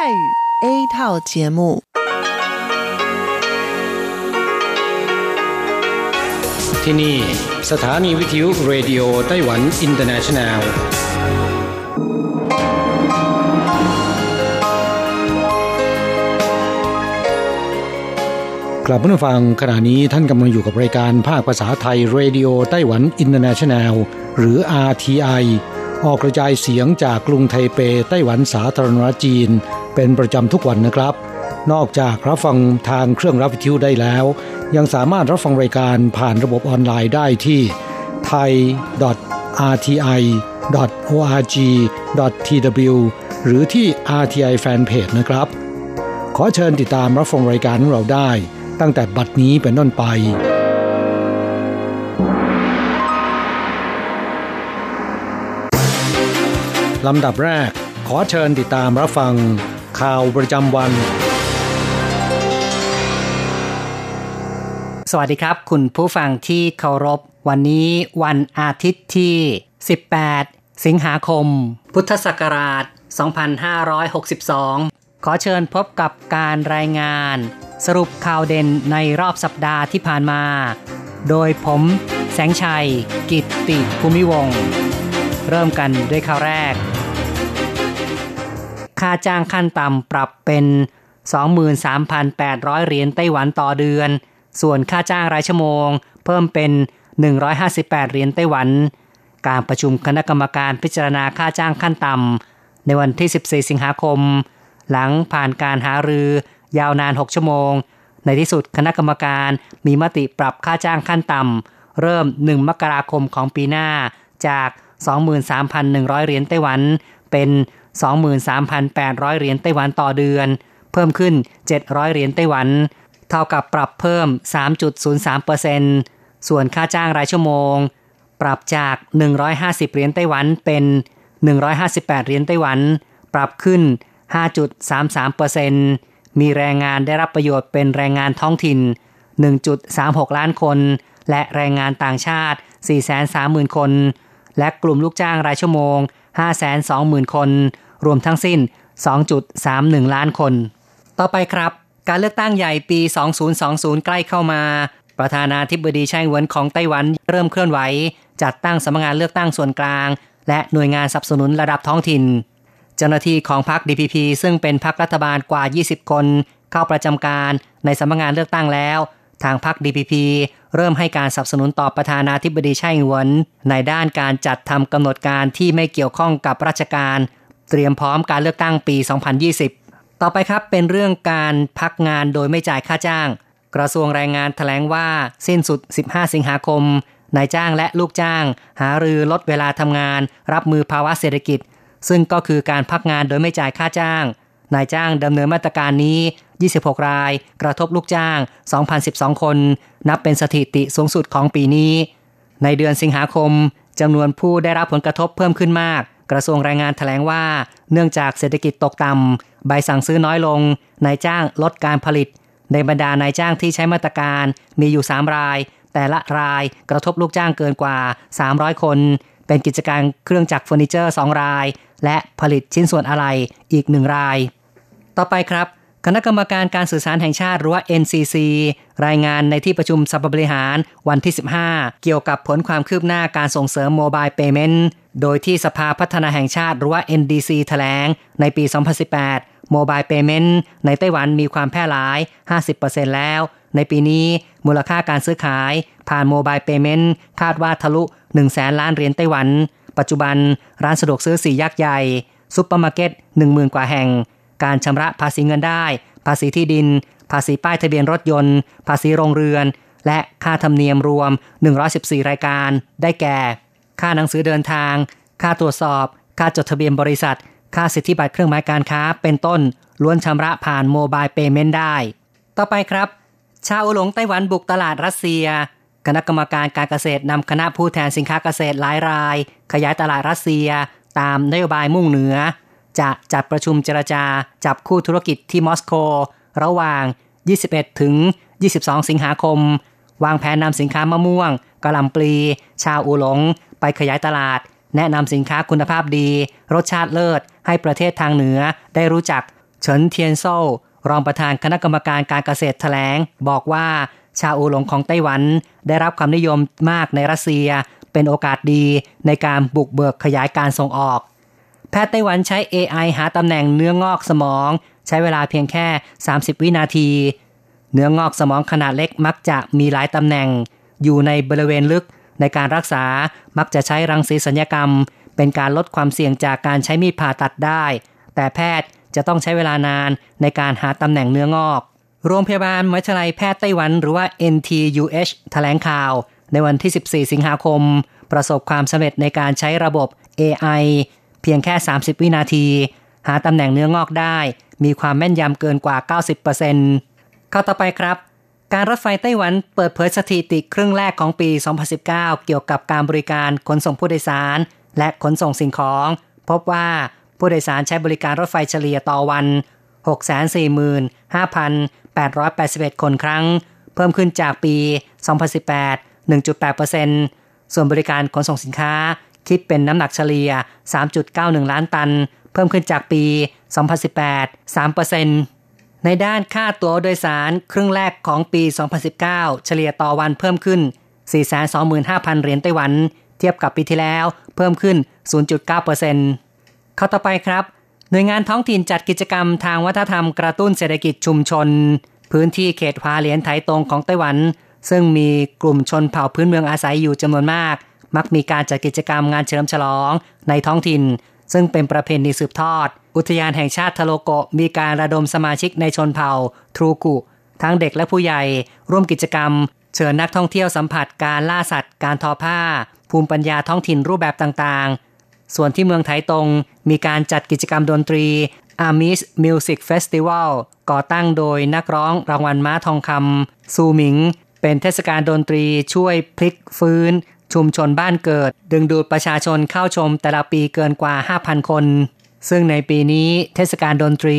语 A 套节目ที่นี่สถานีวิทยุเรดิโอไต้หวันอินเตอร์เนชั่นแนลกลับมาฟังขณะนี้ท่านกำลังอยู่กับรายการภาคภาษาไทยเรดิโอไต้หวันอินเตอร์เนชั่นแนลหรือ RTI ออกกระจายเสียงจากกรุงไทเปไต้หวันสาธารณรัฐจีนเป็นประจำทุกวันนะครับนอกจากรับฟังทางเครื่องรับวิทยุได้แล้วยังสามารถรับฟังรายการผ่านระบบออนไลน์ได้ที่ thai.rti.org.tw หรือที่ RTI Fanpage นะครับขอเชิญติดตามรับฟังรายการของเราได้ตั้งแต่บัดนี้เป็นต้นไปลำดับแรกขอเชิญติดตามรับฟังข่าวประจำวันสวัสดีครับคุณผู้ฟังที่เคารพวันนี้วันอาทิตย์ที่18สิงหาคมพุทธศักราช2562ขอเชิญพบกับการรายงานสรุปข่าวเด่นในรอบสัปดาห์ที่ผ่านมาโดยผมแสงชัยกิตติภูมิวงศ์เริ่มกันด้วยข่าวแรกค่าจ้างขั้นต่ำปรับเป็น 23,800 เหรียญไต้หวันต่อเดือนส่วนค่าจ้างรายชั่วโมงเพิ่มเป็น158เหรียญไต้หวันการประชุมคณะกรรมการพิจารณาค่าจ้างขั้นต่ำในวันที่14สิงหาคมหลังผ่านการหารือยาวนาน6ชั่วโมงในที่สุดคณะกรรมการมีมติปรับค่าจ้างขั้นต่ำเริ่ม1มกราคมของปีหน้าจาก 23,100 เหรียญไต้หวันเป็น 23,800 เหรียญไต้หวันต่อเดือนเพิ่มขึ้น700เหรียญไต้หวันเท่ากับปรับเพิ่ม 3.03% ส่วนค่าจ้างรายชั่วโมงปรับจาก150เหรียญไต้หวันเป็น158เหรียญไต้หวันปรับขึ้น 5.33% มีแรงงานได้รับประโยชน์เป็นแรงงานท้องถิ่น 1.36 ล้านคนและแรงงานต่างชาติ 430,000 คนและกลุ่มลูกจ้างรายชั่วโมง 520,000 คนรวมทั้งสิ้น 2.31 ล้านคนต่อไปครับการเลือกตั้งใหญ่ปี 2020 ใกล้เข้ามาประธานาธิบดีไช่อิงเหวินของไต้หวันเริ่มเคลื่อนไหวจัดตั้งสำนักงานเลือกตั้งส่วนกลางและหน่วยงานสนับสนุนระดับท้องถิ่นเจ้าหน้าที่ของพรรค DPP ซึ่งเป็นพรรครัฐบาลกว่า20คนเข้าประจำการในสำนักงานเลือกตั้งแล้วทางพรรค DPP เริ่มให้การสนับสนุนต่อประธานาธิบดีไช่อิงเหวินในด้านการจัดทำกำหนดการที่ไม่เกี่ยวข้องกับราชการเตรียมพร้อมการเลือกตั้งปี 2020ต่อไปครับเป็นเรื่องการพักงานโดยไม่จ่ายค่าจ้างกระทรวงแรงงานแถลงว่าสิ้นสุด15สิงหาคมนายจ้างและลูกจ้างหารือลดเวลาทำงานรับมือภาวะเศรษฐกิจซึ่งก็คือการพักงานโดยไม่จ่ายค่าจ้างนายจ้างดำเนินมาตรการนี้26รายกระทบลูกจ้าง 2,012 คนนับเป็นสถิติสูงสุดของปีนี้ในเดือนสิงหาคมจำนวนผู้ได้รับผลกระทบเพิ่มขึ้นมากกระทรวงแรงงานแถลงว่าเนื่องจากเศรษฐกิจตกต่ำใบสั่งซื้อน้อยลงนายจ้างลดการผลิตในบรรดานายจ้างที่ใช้มาตรการมีอยู่3รายแต่ละรายกระทบลูกจ้างเกินกว่า300คนเป็นกิจการเครื่องจักรเฟอร์นิเจอร์2รายและผลิตชิ้นส่วนอะไหล่อีก1รายต่อไปครับคณะกรรมการการสื่อสารแห่งชาติหรือว่า NCC รายงานในที่ประชุมสภาบริหารวันที่15เกี่ยวกับผลความคืบหน้าการส่งเสริมโมบายเพย์เมนต์โดยที่สภาพัฒนาแห่งชาติหรือว่า NDC แถลงในปี 2018โมบายเพย์เมนต์ในไต้หวันมีความแพร่หลาย 50% แล้วในปีนี้มูลค่าการซื้อขายผ่านโมบายเพย์เมนต์คาดว่าทะลุ 100,000 ล้านเหรียญไต้หวันปัจจุบันร้านสะดวกซื้อ4ยักษ์ใหญ่ซุปเปอร์มาร์เก็ต 10,000 กว่าแห่งการชำระภาษีเงินได้ภาษีที่ดินภาษีป้ายทะเบียนรถยนต์ภาษีโรงเรือนและค่าธรรมเนียมรวม114รายการได้แก่ค่าหนังสือเดินทางค่าตรวจสอบค่าจดทะเบียนบริษัทค่าสิทธิบัตรเครื่องหมายการค้าเป็นต้นล้วนชำระผ่านโมบายเพย์เมนต์ได้ต่อไปครับชาวอู่หลงไต้หวันบุกตลาดรัสเซียคณะกรรมการการเกษตรนำคณะผู้แทนสินค้าเกษตรหลายรายขยายตลาดรัสเซียตามนโยบายมุ่งเหนือจะจัดประชุมเจรจาจับคู่ธุรกิจที่มอสโกระหว่าง21ถึง22สิงหาคมวางแผนนำสินค้ามะม่วงกะหล่ำปลีชาวอู่หลงไปขยายตลาดแนะนำสินค้าคุณภาพดีรสชาติเลิศให้ประเทศทางเหนือได้รู้จักเฉินเทียนโซ่รองประธานคณะกรรมการการเกษตรแถลงบอกว่าชาอูหลงของไต้หวันได้รับความนิยมมากในรัสเซียเป็นโอกาสดีในการบุกเบิกขยายการส่งออกแพทย์ไต้หวันใช้ AI หาตำแหน่งเนื้องอกสมองใช้เวลาเพียงแค่30วินาทีเนื้องอกสมองขนาดเล็กมักจะมีหลายตำแหน่งอยู่ในบริเวณลึกในการรักษามักจะใช้รังสีศัลยกรรมเป็นการลดความเสี่ยงจากการใช้มีดผ่าตัดได้แต่แพทย์จะต้องใช้เวลานานในการหาตำแหน่งเนื้องอกโรงพยาบาลมหาวิทยาลัยแพทย์ไต้หวันหรือว่า NTUH แถลงข่าวในวันที่14สิงหาคมประสบความสำเร็จในการใช้ระบบ AI เพียงแค่30วินาทีหาตำแหน่งเนื้องอกได้มีความแม่นยำเกินกว่า 90% เข้าต่อไปครับการรถไฟไต้หวันเปิดเผยสถิติครึ่งแรกของปี 2019 เกี่ยวกับการบริการขนส่งผู้โดยสารและขนส่งสิ่งของพบว่าผู้โดยสารใช้บริการรถไฟเฉลี่ยต่อวัน 645,881 คนครั้งเพิ่มขึ้นจากปี 2018 1.8% ส่วนบริการขนส่งสินค้าคิดเป็นน้ำหนักเฉลี่ย 3.91 ล้านตันเพิ่มขึ้นจากปี 2018 3%ในด้านค่าตั๋วโดยสารครึ่งแรกของปี 2019 เฉลี่ยต่อวันเพิ่มขึ้น 425,000 เหรียญไต้หวันเทียบกับปีที่แล้วเพิ่มขึ้น 0.9% เข้าต่อไปครับหน่วยงานท้องถิ่นจัดกิจกรรมทางวัฒนธรรมกระตุ้นเศรษฐกิจชุมชนพื้นที่เขตฮวาเหลียนไถตงของไต้หวันซึ่งมีกลุ่มชนเผ่าพื้นเมืองอาศัยอยู่จำนวนมากมักมีการจัดกิจกรรมงานเฉลิมฉลองในท้องถิ่นซึ่งเป็นประเพณีสืบทอดอุทยานแห่งชาติทะโลโกะมีการระดมสมาชิกในชนเผ่าทรูกุทั้งเด็กและผู้ใหญ่ร่วมกิจกรรมเชิญนักท่องเที่ยวสัมผัสการล่าสัตว์การทอผ้าภูมิปัญญาท้องถิ่นรูปแบบต่างๆส่วนที่เมืองไถตงมีการจัดกิจกรรมดนตรี Amis Music Festival ก่อตั้งโดยนักร้องรางวัลม้าทองคำซูหมิงเป็นเทศกาลดนตรีช่วยพลิกฟื้นชุมชนบ้านเกิดดึงดูดประชาชนเข้าชมแต่ละปีเกินกว่า 5,000 คนซึ่งในปีนี้เทศกาลดนตรี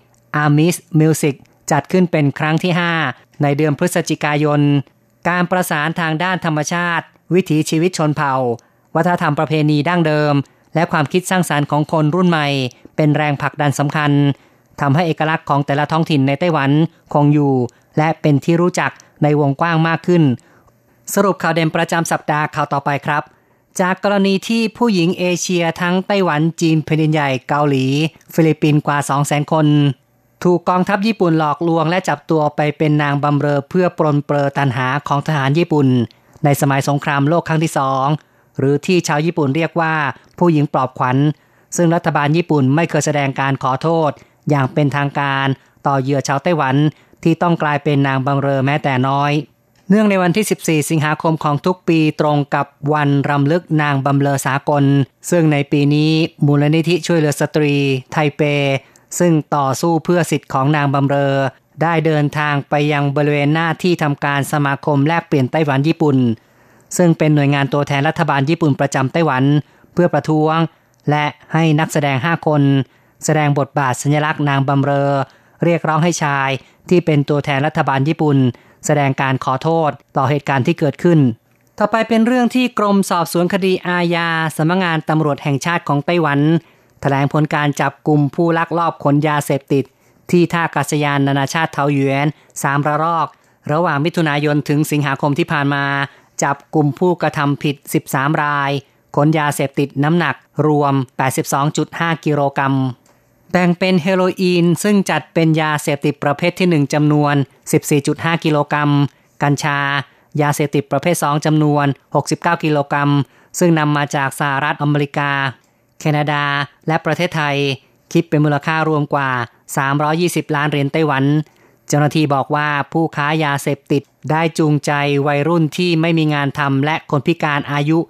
Amis Music จัดขึ้นเป็นครั้งที่ 5 ในเดือนพฤศจิกายนการประสานทางด้านธรรมชาติวิถีชีวิตชนเผ่าวัฒนธรรมประเพณีดั้งเดิมและความคิดสร้างสรรค์ของคนรุ่นใหม่เป็นแรงผลักดันสำคัญทำให้เอกลักษณ์ของแต่ละท้องถิ่นในไต้หวันคงอยู่และเป็นที่รู้จักในวงกว้างมากขึ้นสรุปข่าวเด่นประจำสัปดาห์ข่าวต่อไปครับจากกรณีที่ผู้หญิงเอเชียทั้งไต้หวันจีนแผ่นดินใหญ่เกาหลีฟิลิปปินส์กว่า 200,000 คนถูกกองทัพญี่ปุ่นหลอกลวงและจับตัวไปเป็นนางบำเรอเพื่อปรนเปรอตัณหาของทหารญี่ปุ่นในสมัยสงครามโลกครั้งที่2หรือที่ชาวญี่ปุ่นเรียกว่าผู้หญิงปลอบขวัญซึ่งรัฐบาลญี่ปุ่นไม่เคยแสดงการขอโทษอย่างเป็นทางการต่อเหยื่อชาวไต้หวันที่ต้องกลายเป็นนางบำเรอแม้แต่น้อยเนื่องในวันที่14สิงหาคมของทุกปีตรงกับวันรำลึกนางบำเรอสากลซึ่งในปีนี้มูลนิธิช่วยเหลือสตรีไทเปซึ่งต่อสู้เพื่อสิทธิ์ของนางบำเรอได้เดินทางไปยังบริเวณหน้าที่ทำการสมาคมแลกเปลี่ยนไต้หวันญี่ปุ่นซึ่งเป็นหน่วยงานตัวแทนรัฐบาลญี่ปุ่นประจำไต้หวันเพื่อประท้วงและให้นักแสดง5คนแสดงบทบาทสัญลักษณ์นางบำเรอเรียกร้องให้ชายที่เป็นตัวแทนรัฐบาลญี่ปุ่นแสดงการขอโทษต่อเหตุการณ์ที่เกิดขึ้นต่อไปเป็นเรื่องที่กรมสอบสวนคดีอาญาสำนักงานตำรวจแห่งชาติของไต้หวันแถลงผลการจับกลุ่มผู้ลักลอบขนยาเสพติดที่ท่าอากาศยานนานาชาติเทาหยวน3ระลอกระหว่างมิถุนายนถึงสิงหาคมที่ผ่านมาจับกลุ่มผู้กระทำผิด13รายขนยาเสพติดน้ำหนักรวม 82.5 กิโลกรัมแบ่งเป็นเฮโรอีนซึ่งจัดเป็นยาเสพติดประเภทที่1จำนวน 14.5 กิโลกรัมกัญชายาเสพติดประเภท2จำนวน 69 กิโลกรัมซึ่งนำมาจากสหรัฐอเมริกาแคนาดาและประเทศไทยคิดเป็นมูลค่ารวมกว่า320ล้านเหรียญไต้หวันเจ้าหน้าที่บอกว่าผู้ค้ายาเสพติดได้จูงใจวัยรุ่นที่ไม่มีงานทำและคนพิการอายุ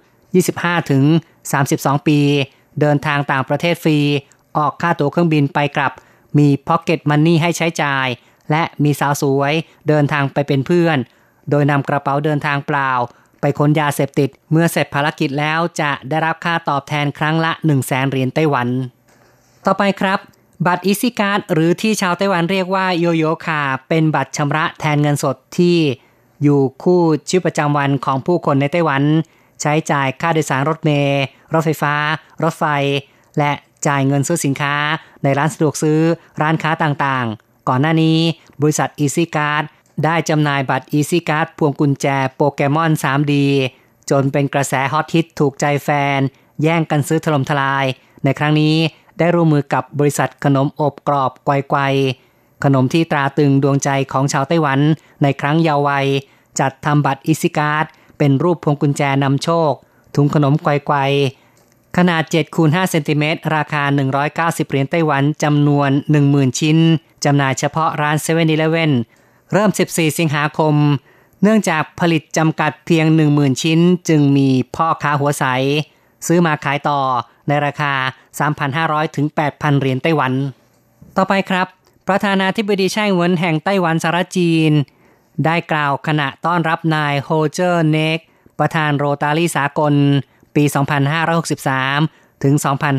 25-32 ปีเดินทางต่างประเทศฟรีออกค่าตั๋วเครื่องบินไปกลับมีพ็อกเก็ตมันนี่ให้ใช้จ่ายและมีสาวสวยเดินทางไปเป็นเพื่อนโดยนำกระเป๋าเดินทางเปล่าไปค้นยาเสพติดเมื่อเสร็จภารกิจแล้วจะได้รับค่าตอบแทนครั้งละ 100,000 เหรียญไต้หวันต่อไปครับบัตร Easy Card หรือที่ชาวไต้หวันเรียกว่าโยโย่คาเป็นบัตรชำระแทนเงินสดที่อยู่คู่ชีวิตประจำวันของผู้คนในไต้หวันใช้จ่ายค่าโดยสารรถเมล์รถไฟฟ้ารถไฟและจ่ายเงินซื้อสินค้าในร้านสะดวกซื้อร้านค้าต่างๆก่อนหน้านี้บริษัท Easy Card ได้จำหน่ายบัตร Easy Card พวงกุญแจโปเกมอน 3D จนเป็นกระแสฮอตฮิตถูกใจแฟนแย่งกันซื้อถล่มทลายในครั้งนี้ได้ร่วมมือกับบริษัทขนมอบกรอบไกวๆขนมที่ตราตึงดวงใจของชาวไต้หวันในครั้งเยาว์วัยจัดทำบัตร Easy Card เป็นรูปพวงกุญแจนำโชคถุงขนมไกวๆขนาด 7x5 เซนติเมตรราคา190เหรียญไต้หวันจำนวน 10,000 ชิ้นจำหน่ายเฉพาะร้าน 7-Eleven เริ่ม14สิงหาคมเนื่องจากผลิตจำกัดเพียง 10,000 ชิ้นจึงมีพ่อค้าหัวใสซื้อมาขายต่อในราคา 3,500 ถึง 8,000 เหรียญไต้หวันต่อไปครับประธานาธิบดีไช่เหวินแห่งไต้หวันสาธารณจีนได้กล่าวขณะต้อนรับนายโฮเจอร์เนกประธานโรตารี่สากลปี 2563 ถึง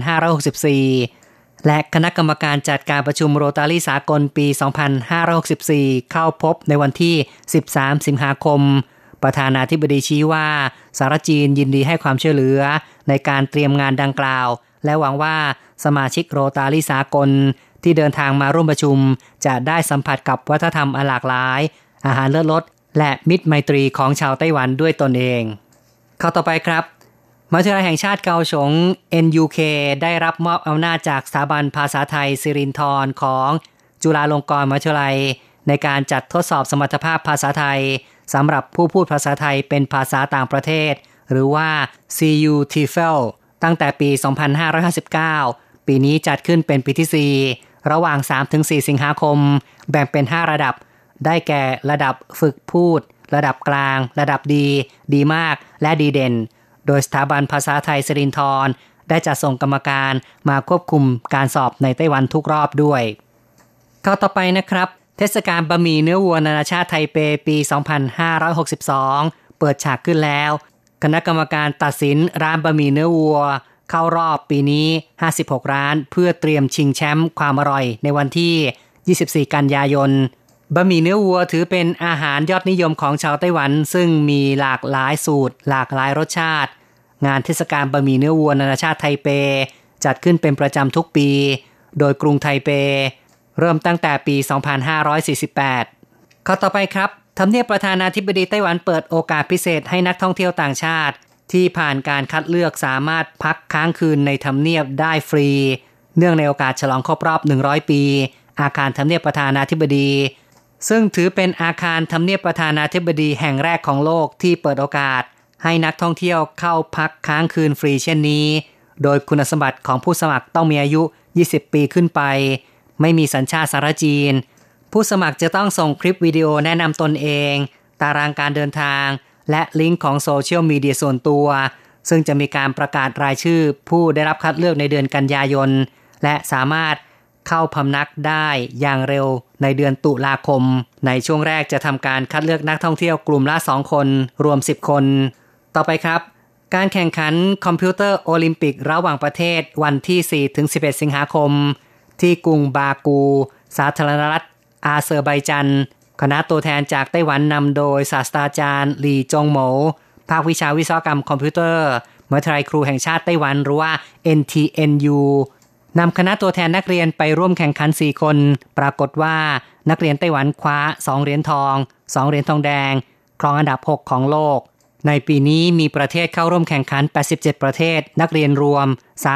2564 และคณะกรรมการจัดการประชุมโรตารี่สากลปี 2564 เข้าพบในวันที่ 13 สิงหาคมประธานาธิบดีชี้ว่าสาธารณจีนยินดีให้ความช่วยเหลือในการเตรียมงานดังกล่าวและหวังว่าสมาชิกโรตารี่สากลที่เดินทางมาร่วมประชุมจะได้สัมผัสกับวัฒนธรรมอันหลากหลายอาหารเลิศรสและมิตรไมตรีของชาวไต้หวันด้วยตนเองเข้าต่อไปครับมหาวิทยาลัยแห่งชาติเกาฉง NUK ได้รับมอบอำนาจจากสถาบันภาษาไทยสิรินธรของจุฬาลงกรณ์มหาวิทยาลัยในการจัดทดสอบสมรรถภาพภาษาไทยสำหรับผู้พูดภาษาไทยเป็นภาษาต่างประเทศหรือว่า CU TEFL ตั้งแต่ปี 2559 ปีนี้จัดขึ้นเป็นปีที่ 4 ระหว่าง 3-4 สิงหาคมแบ่งเป็น 5 ระดับได้แก่ระดับฝึกพูดระดับกลางระดับดีดีมากและดีเด่นโดยสถาบันภาษาไทยสิรินธรได้จัดส่งกรรมการมาควบคุมการสอบในไต้หวันทุกรอบด้วยเข้าต่อไปนะครับเทศกาลบะหมี่เนื้อวัวนานาชาติไทเปปี 2562 เปิดฉากขึ้นแล้วคณะกรรมการตัดสินร้านบะหมี่เนื้อวัวเข้ารอบปีนี้56ร้านเพื่อเตรียมชิงแชมป์ความอร่อยในวันที่24กันยายนบะหมี่เนื้อวัวถือเป็นอาหารยอดนิยมของชาวไต้หวันซึ่งมีหลากหลายสูตรหลากหลายรสชาติงานเทศกาลบะหมี่เนื้อวัวนานาชาติไทเปจัดขึ้นเป็นประจำทุกปีโดยกรุงไทเปเริ่มตั้งแต่ปี 2548 ข้อต่อไปครับทำเนียบประธานาธิบดีไต้หวันเปิดโอกาสพิเศษให้นักท่องเที่ยวต่างชาติที่ผ่านการคัดเลือกสามารถพักค้างคืนในทำเนียบได้ฟรีเนื่องในโอกาสฉลองครบรอบ100ปีอาคารทำเนียบประธานาธิบดีซึ่งถือเป็นอาคารทำเนียบประธานาธิบดีแห่งแรกของโลกที่เปิดโอกาสให้นักท่องเที่ยวเข้าพักค้างคืนฟรีเช่นนี้โดยคุณสมบัติของผู้สมัครต้องมีอายุ20ปีขึ้นไปไม่มีสัญชาติสาธารณจีนผู้สมัครจะต้องส่งคลิปวิดีโอแนะนำตนเองตารางการเดินทางและลิงก์ของโซเชียลมีเดียส่วนตัวซึ่งจะมีการประกาศรายชื่อผู้ได้รับคัดเลือกในเดือนกันยายนและสามารถเข้าพำนักได้อย่างเร็วในเดือนตุลาคมในช่วงแรกจะทำการคัดเลือกนักท่องเที่ยวกลุ่มละ2คนรวม10คนต่อไปครับการแข่งขันคอมพิวเตอร์โอลิมปิกระหว่างประเทศวันที่ 4-11 สิงหาคมที่กรุงบากูสาธารณรัฐอาเซอร์ไบจันคณะตัวแทนจากไต้หวันนำโดยศาสตราจารย์หลี่จงเหมาภาควิชาวิศวกรรมคอมพิวเตอร์มหาวิทยาลัยครูแห่งชาติไต้หวันหรือว่า NTNU นำคณะตัวแทนนักเรียนไปร่วมแข่งขัน4คนปรากฏว่านักเรียนไต้หวันคว้า2เหรียญทอง2เหรียญทองแดงครองอันดับ6ของโลกในปีนี้มีประเทศเข้าร่วมแข่งขัน87ประเทศนักเรียนรวม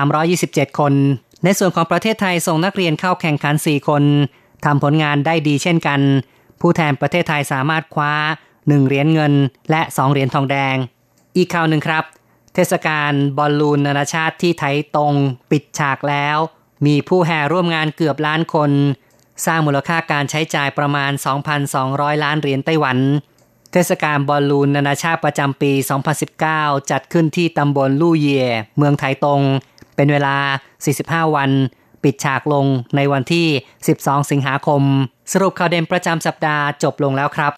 327คนในส่วนของประเทศไทยส่งนักเรียนเข้าแข่งขัน4คนทำผลงานได้ดีเช่นกันผู้แทนประเทศไทยสามารถคว้า1เหรียญเงินและ2เหรียญทองแดงอีกข่าวหนึ่งครับเทศกาลบอลลูนนานาชาติที่ไถตงปิดฉากแล้วมีผู้แห่ร่วมงานเกือบล้านคนสร้างมูลค่าการใช้จ่ายประมาณ 2,200 ล้านเหรียญไต้หวันเทศกาลบอลลูนนานาชาติประจำปี 2019 จัดขึ้นที่ตำบลลู่เย่เมืองไถตงเป็นเวลา45วันปิดฉากลงในวันที่12สิงหาคมสรุปข่าวเด่นประจำสัปดาห์จบลงแล้วครับ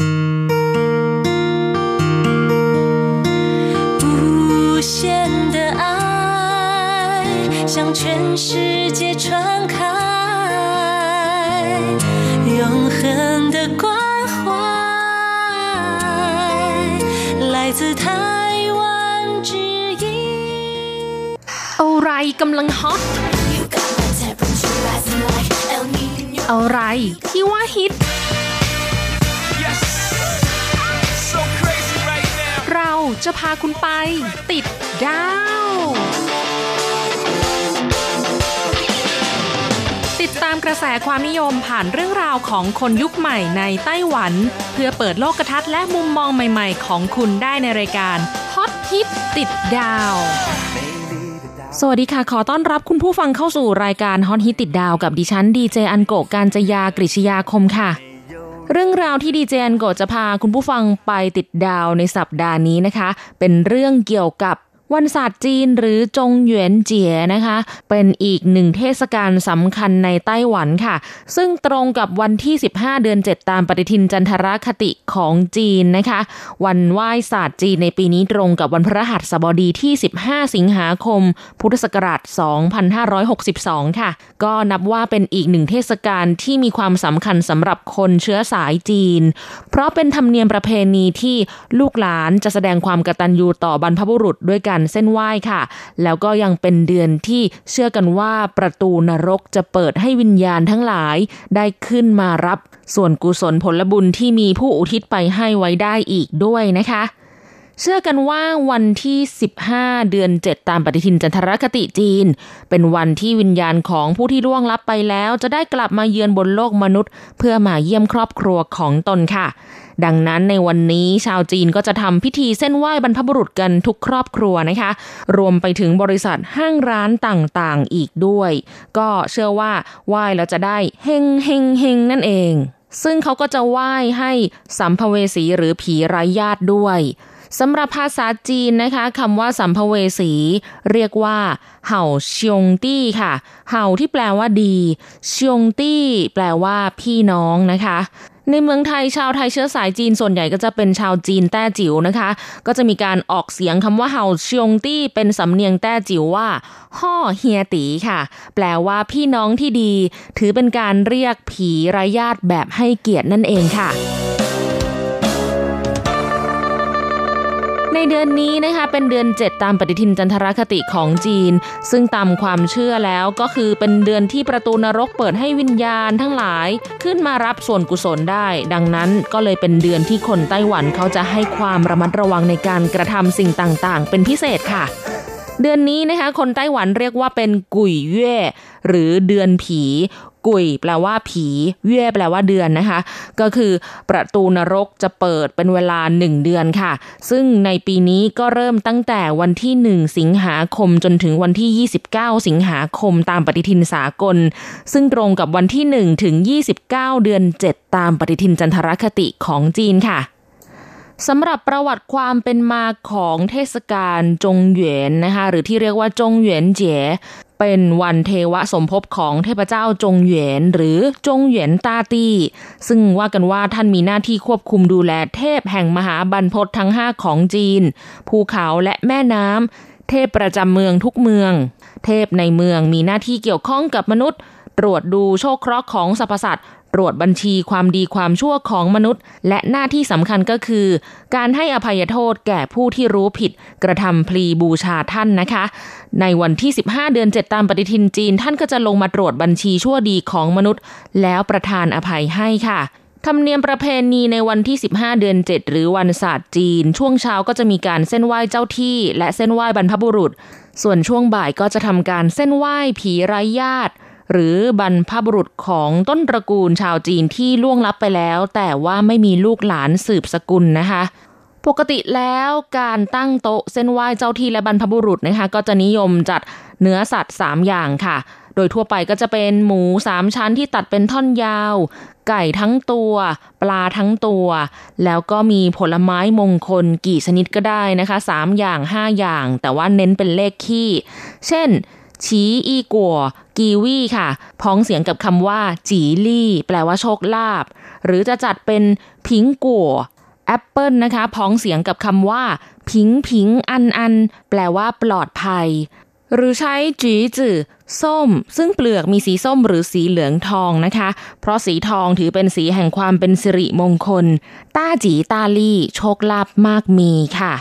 无限的爱向全世界传开永恒的关怀来自台湾之音อะไรกำลังฮอตอะไรที่ว่าฮิต Yes. So crazy right now. เราจะพาคุณไปติดดาวติดตามกระแสความนิยมผ่านเรื่องราวของคนยุคใหม่ในไต้หวันเพื่อเปิดโลกทัศน์และมุมมองใหม่ๆของคุณได้ในรายการฮอตฮิตติดดาวสวัสดีค่ะขอต้อนรับคุณผู้ฟังเข้าสู่รายการฮอตฮิตติดดาวกับดิฉันดีเจอันโกะกาญจยากฤษยาคมค่ะเรื่องราวที่ดีเจอันโกะจะพาคุณผู้ฟังไปติดดาวในสัปดาห์นี้นะคะเป็นเรื่องเกี่ยวกับวันศาสตร์จีนหรือจงหยวนเจี๋ยนะคะเป็นอีกหนึ่งเทศกาลสำคัญในไต้หวันค่ะซึ่งตรงกับวันที่15เดือน7ตามปฏิทินจันทรคติของจีนนะคะวันไหว้ศาสตร์จีนในปีนี้ตรงกับวันพฤหัสบดีที่15สิงหาคมพุทธศักราช2562ค่ะก็นับว่าเป็นอีกหนึ่งเทศกาลที่มีความสำคัญสำหรับคนเชื้อสายจีนเพราะเป็นธรรมเนียมประเพณีที่ลูกหลานจะแสดงความกตัญญูต่อบรรพบุรุษด้วยการเส้นไหว้ค่ะแล้วก็ยังเป็นเดือนที่เชื่อกันว่าประตูนรกจะเปิดให้วิญญาณทั้งหลายได้ขึ้นมารับส่วนกุศลผลบุญที่มีผู้อุทิศไปให้ไว้ได้อีกด้วยนะคะเชื่อกันว่าวันที่15เดือน7ตามปฏิทินจันทรคติจีนเป็นวันที่วิญญาณของผู้ที่ล่วงลับไปแล้วจะได้กลับมาเยือนบนโลกมนุษย์เพื่อมาเยี่ยมครอบครัวของตนค่ะดังนั้นในวันนี้ชาวจีนก็จะทำพิธีเส้นไหว้บรรพบุรุษกันทุกครอบครัวนะคะรวมไปถึงบริษัทห้างร้านต่างๆอีกด้วยก็เชื่อว่าไหว้แล้วจะได้เฮงเฮงเฮงนั่นเองซึ่งเขาก็จะไหว้ให้สัมภเวสีหรือผีไร้ญาติด้วยสำหรับภาษาจีนนะคะคำว่าสัมภเวสีเรียกว่าเห่าเชียงตี้ค่ะเห่าที่แปลว่าดีเชียงตี้แปลว่าพี่น้องนะคะในเมืองไทยชาวไทยเชื้อสายจีนส่วนใหญ่ก็จะเป็นชาวจีนแต้จิ๋วนะคะก็จะมีการออกเสียงคำว่าเห่าเชียงตี้เป็นสำเนียงแต้จิ๋วว่าฮ่อเฮียตีค่ะแปลว่าพี่น้องที่ดีถือเป็นการเรียกผีไร้ญาติแบบให้เกียรตินั่นเองค่ะในเดือนนี้นะคะเป็นเดือน7ตามปฏิทินจันทรคติของจีนซึ่งตามความเชื่อแล้วก็คือเป็นเดือนที่ประตูนรกเปิดให้วิญญาณทั้งหลายขึ้นมารับส่วนกุศลได้ดังนั้นก็เลยเป็นเดือนที่คนไต้หวันเขาจะให้ความระมัดระวังในการกระทำสิ่งต่างๆเป็นพิเศษค่ะเดือนนี้นะคะคนไต้หวันเรียกว่าเป็นกุยเย่หรือเดือนผีกุยแปลว่าผีเย่แปลว่าเดือนนะคะก็คือประตูนรกจะเปิดเป็นเวลา1เดือนค่ะซึ่งในปีนี้ก็เริ่มตั้งแต่วันที่1สิงหาคมจนถึงวันที่29สิงหาคมตามปฏิทินสากลซึ่งตรงกับวันที่1ถึง29เดือน7ตามปฏิทินจันทรคติของจีนค่ะสำหรับประวัติความเป็นมาของเทศกาลจงหยวนนะคะหรือที่เรียกว่าจงหยวนเจ๋ยเป็นวันเทวสมภพของเทพเจ้าจงหยวนหรือจงหยวนต้าตี้ซึ่งว่ากันว่าท่านมีหน้าที่ควบคุมดูแลเทพแห่งมหาบรรพตทั้ง5ของจีนภูเขาและแม่น้ำเทพประจำเมืองทุกเมืองเทพในเมืองมีหน้าที่เกี่ยวข้องกับมนุษย์ตรวจดูโชคเคราะห์ของสรรพสัตว์ตรวจบัญชีความดีความชั่วของมนุษย์และหน้าที่สำคัญก็คือการให้อภัยโทษแก่ผู้ที่รู้ผิดกระทำพลีบูชาท่านนะคะในวันที่15เดือน7ตามปฏิทินจีนท่านก็จะลงมาตรวจบัญชีชั่วดีของมนุษย์แล้วประทานอภัยให้ค่ะธรรมเนียมประเพณีในวันที่15เดือน7หรือวันศาสตร์จีนช่วงเช้าก็จะมีการเส้นไหว้เจ้าที่และเส้นไหว้บรรพบุรุษส่วนช่วงบ่ายก็จะทำการเส้นไหว้ผีไร้ญาติหรือบรรพบุรุษของต้นตระกูลชาวจีนที่ล่วงลับไปแล้วแต่ว่าไม่มีลูกหลานสืบสกุลนะคะปกติแล้วการตั้งโต๊ะเส้นไหว้เจ้าที่และบรรพบุรุษนะคะก็จะนิยมจัดเนื้อสัตว์3อย่างค่ะโดยทั่วไปก็จะเป็นหมู3ชั้นที่ตัดเป็นท่อนยาวไก่ทั้งตัวปลาทั้งตัวแล้วก็มีผลไม้มงคลกี่ชนิดก็ได้นะคะ3อย่าง5อย่างแต่ว่าเน้นเป็นเลขคี่เช่นฉีอีกัวกีวีค่ะพ้องเสียงกับคำว่าจีลี่แปลว่าโชคลาภหรือจะจัดเป็นพิงกัวแอปเปิลนะคะพ้องเสียงกับคำว่าพิงพิงอันแปลว่าปลอดภัยหรือใช้จีจื่อส้มซึ่งเปลือกมีสีส้มหรือสีเหลืองทองนะคะเพราะสีทองถือเป็นสีแห่งความเป็นสิริมงคลต้าจีต้าลี่โชคลาภมากมีค่ะ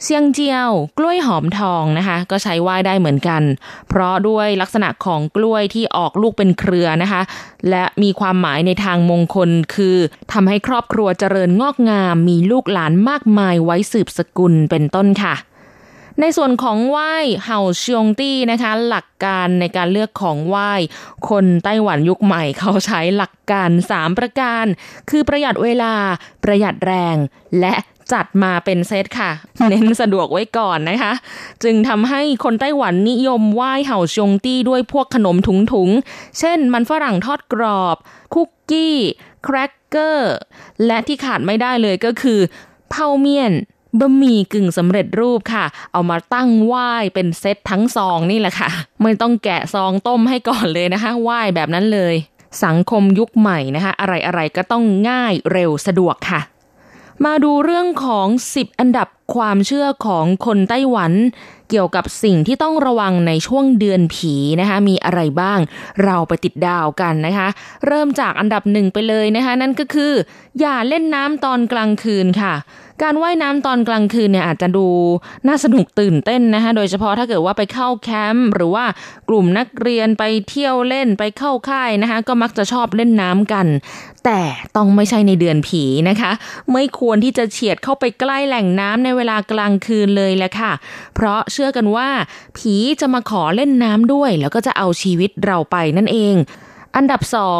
เซียงเจียวกล้วยหอมทองนะคะก็ใช้ไหว้ได้เหมือนกันเพราะด้วยลักษณะของกล้วยที่ออกลูกเป็นเครือนะคะและมีความหมายในทางมงคลคือทำให้ครอบครัวเจริญงอกงามมีลูกหลานมากมายไว้สืบสกุลเป็นต้นค่ะในส่วนของไหว้เห่าเชียงตี้นะคะหลักการในการเลือกของไหว้คนไต้หวันยุคใหม่เขาใช้หลักการ3ประการคือประหยัดเวลาประหยัดแรงและจัดมาเป็นเซตค่ะ เน้นสะดวกไว้ก่อนนะคะจึงทำให้คนไต้หวันนิยมไหว้เห่าเชียงตี้ด้วยพวกขนมถุงๆเช่นมันฝรั่งทอดกรอบคุกกี้แครกเกอร์และที่ขาดไม่ได้เลยก็คือเผาเมี่ยนบะหมี่กึ่งสำเร็จรูปค่ะเอามาตั้งไหว้เป็นเซตทั้งซองนี่แหละค่ะไม่ต้องแกะซองต้มให้ก่อนเลยนะคะไหว้แบบนั้นเลยสังคมยุคใหม่นะคะอะไรๆก็ต้องง่ายเร็วสะดวกค่ะมาดูเรื่องของ10อันดับความเชื่อของคนไต้หวันเกี่ยวกับสิ่งที่ต้องระวังในช่วงเดือนผีนะคะมีอะไรบ้างเราไปติดดาวกันนะคะเริ่มจากอันดับ1ไปเลยนะคะนั่นก็คืออย่าเล่นน้ำตอนกลางคืนค่ะการว่ายน้ำตอนกลางคืนเนี่ยอาจจะดูน่าสนุกตื่นเต้นนะคะโดยเฉพาะถ้าเกิดว่าไปเข้าแคมป์หรือว่ากลุ่มนักเรียนไปเที่ยวเล่นไปเข้าค่ายนะคะก็มักจะชอบเล่นน้ำกันแต่ต้องไม่ใช่ในเดือนผีนะคะไม่ควรที่จะเฉียดเข้าไปใกล้แหล่งน้ำในเวลากลางคืนเลยแหละค่ะเพราะเชื่อกันว่าผีจะมาขอเล่นน้ำด้วยแล้วก็จะเอาชีวิตเราไปนั่นเองอันดับ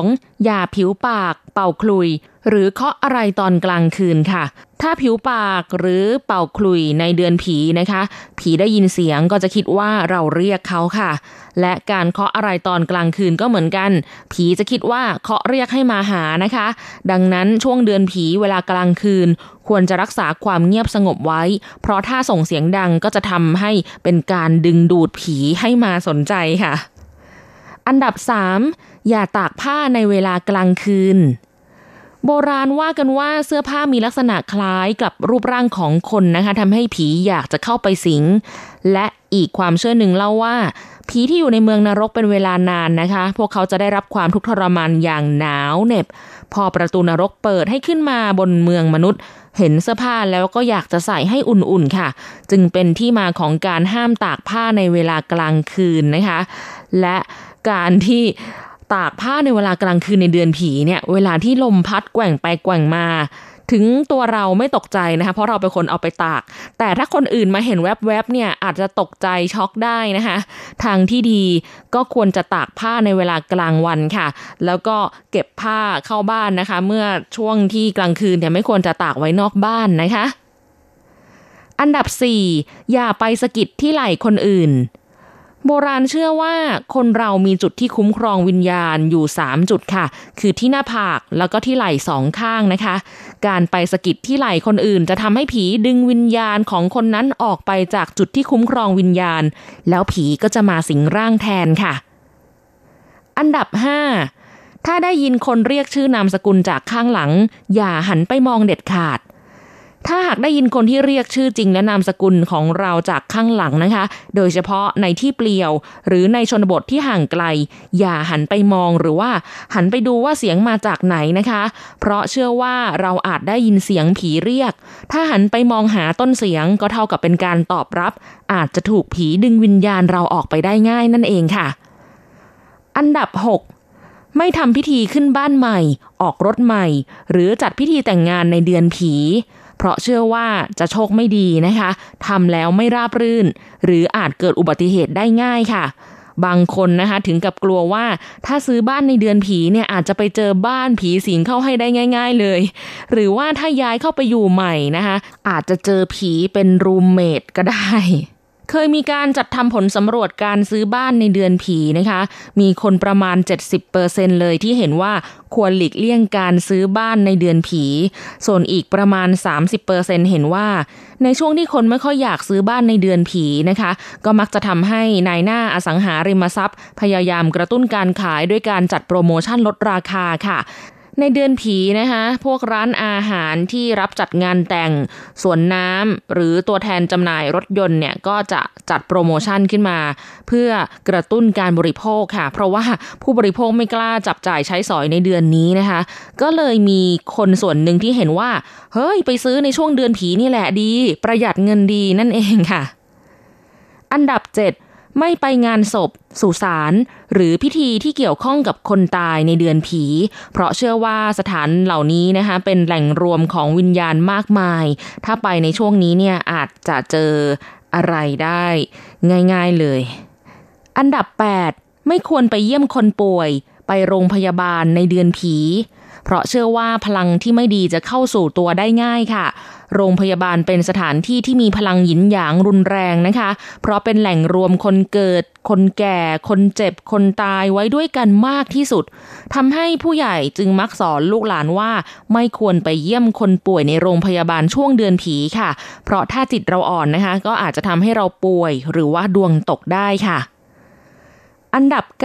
2อย่าผิวปากเป่าขลุ่ยหรือเคาะอะไรตอนกลางคืนค่ะถ้าผิวปากหรือเป่าขลุ่ยในเดือนผีนะคะผีได้ยินเสียงก็จะคิดว่าเราเรียกเขาค่ะและการเคาะอะไรตอนกลางคืนก็เหมือนกันผีจะคิดว่าเคาะเรียกให้มาหานะคะดังนั้นช่วงเดือนผีเวลากลางคืนควรจะรักษาความเงียบสงบไว้เพราะถ้าส่งเสียงดังก็จะทำให้เป็นการดึงดูดผีให้มาสนใจค่ะอันดับ3อย่าตากผ้าในเวลากลางคืนโบราณว่ากันว่าเสื้อผ้ามีลักษณะคล้ายกับรูปร่างของคนนะคะทำให้ผีอยากจะเข้าไปสิงและอีกความเชื่อหนึ่งเล่าว่าผีที่อยู่ในเมืองนรกเป็นเวลานานนะคะพวกเขาจะได้รับความทุกข์ทรมานอย่างหนาวเหน็บพอประตูนรกเปิดให้ขึ้นมาบนเมืองมนุษย์เห็นเสื้อผ้าแล้วก็อยากจะใส่ให้อุ่นๆค่ะจึงเป็นที่มาของการห้ามตากผ้าในเวลากลางคืนนะคะและการที่ตากผ้าในเวลากลางคืนในเดือนผีเนี่ยเวลาที่ลมพัดแกว่งไปแกว่งมาถึงตัวเราไม่ตกใจนะคะเพราะเราเป็นคนเอาไปตากแต่ถ้าคนอื่นมาเห็นแวบๆเนี่ยอาจจะตกใจช็อกได้นะคะทางที่ดีก็ควรจะตากผ้าในเวลากลางวันค่ะแล้วก็เก็บผ้าเข้าบ้านนะคะเมื่อช่วงที่กลางคืนเนี่ยไม่ควรจะตากไว้นอกบ้านนะคะอันดับ4อย่าไปสะกิดที่ไหล่คนอื่นโบราณเชื่อว่าคนเรามีจุดที่คุ้มครองวิญญาณอยู่3จุดค่ะคือที่หน้าผากแล้วก็ที่ไหล่2ข้างนะคะการไปสะกิดที่ไหล่คนอื่นจะทำให้ผีดึงวิญญาณของคนนั้นออกไปจากจุดที่คุ้มครองวิญญาณแล้วผีก็จะมาสิงร่างแทนค่ะอันดับ5ถ้าได้ยินคนเรียกชื่อนามสกุลจากข้างหลังอย่าหันไปมองเด็ดขาดถ้าหากได้ยินคนที่เรียกชื่อจริงและนามสกุลของเราจากข้างหลังนะคะโดยเฉพาะในที่เปลี่ยวหรือในชนบทที่ห่างไกลอย่าหันไปมองหรือว่าหันไปดูว่าเสียงมาจากไหนนะคะเพราะเชื่อว่าเราอาจได้ยินเสียงผีเรียกถ้าหันไปมองหาต้นเสียงก็เท่ากับเป็นการตอบรับอาจจะถูกผีดึงวิญญาณเราออกไปได้ง่ายนั่นเองค่ะอันดับ6ไม่ทำพิธีขึ้นบ้านใหม่ออกรถใหม่หรือจัดพิธีแต่งงานในเดือนผีเพราะเชื่อว่าจะโชคไม่ดีนะคะทำแล้วไม่ราบรื่นหรืออาจเกิดอุบัติเหตุได้ง่ายค่ะบางคนนะคะถึงกับกลัวว่าถ้าซื้อบ้านในเดือนผีเนี่ยอาจจะไปเจอบ้านผีสิงเข้าให้ได้ง่ายๆเลยหรือว่าถ้าย้ายเข้าไปอยู่ใหม่นะคะอาจจะเจอผีเป็นรูมเมทก็ได้เคยมีการจัดทำผลสำรวจการซื้อบ้านในเดือนผีนะคะมีคนประมาณ 70% เลยที่เห็นว่าควรหลีกเลี่ยงการซื้อบ้านในเดือนผีส่วนอีกประมาณ 30% เห็นว่าในช่วงที่คนไม่ค่อยอยากซื้อบ้านในเดือนผีนะคะก็มักจะทำให้นายหน้าอสังหาริมทรัพย์พยายามกระตุ้นการขายด้วยการจัดโปรโมชั่นลดราคาค่ะในเดือนผีนะคะพวกร้านอาหารที่รับจัดงานแต่งสวนน้ำหรือตัวแทนจำหน่ายรถยนต์เนี่ยก็จะจัดโปรโมชั่นขึ้นมาเพื่อกระตุ้นการบริโภคค่ะเพราะว่าผู้บริโภคไม่กล้าจับจ่ายใช้สอยในเดือนนี้นะคะก็เลยมีคนส่วนหนึ่งที่เห็นว่าเฮ้ยไปซื้อในช่วงเดือนผีนี่แหละดีประหยัดเงินดีนั่นเองค่ะอันดับ 7ไม่ไปงานศพสุสานหรือพิธีที่เกี่ยวข้องกับคนตายในเดือนผีเพราะเชื่อว่าสถานเหล่านี้นะคะเป็นแหล่งรวมของวิญญาณมากมายถ้าไปในช่วงนี้เนี่ยอาจจะเจออะไรได้ง่ายๆเลยอันดับ 8ไม่ควรไปเยี่ยมคนป่วยไปโรงพยาบาลในเดือนผีเพราะเชื่อว่าพลังที่ไม่ดีจะเข้าสู่ตัวได้ง่ายค่ะโรงพยาบาลเป็นสถานที่ที่มีพลังหยินหยางรุนแรงนะคะเพราะเป็นแหล่งรวมคนเกิดคนแก่คนเจ็บคนตายไว้ด้วยกันมากที่สุดทำให้ผู้ใหญ่จึงมักสอนลูกหลานว่าไม่ควรไปเยี่ยมคนป่วยในโรงพยาบาลช่วงเดือนผีค่ะเพราะถ้าจิตเราอ่อนนะคะก็อาจจะทำให้เราป่วยหรือว่าดวงตกได้ค่ะอันดับ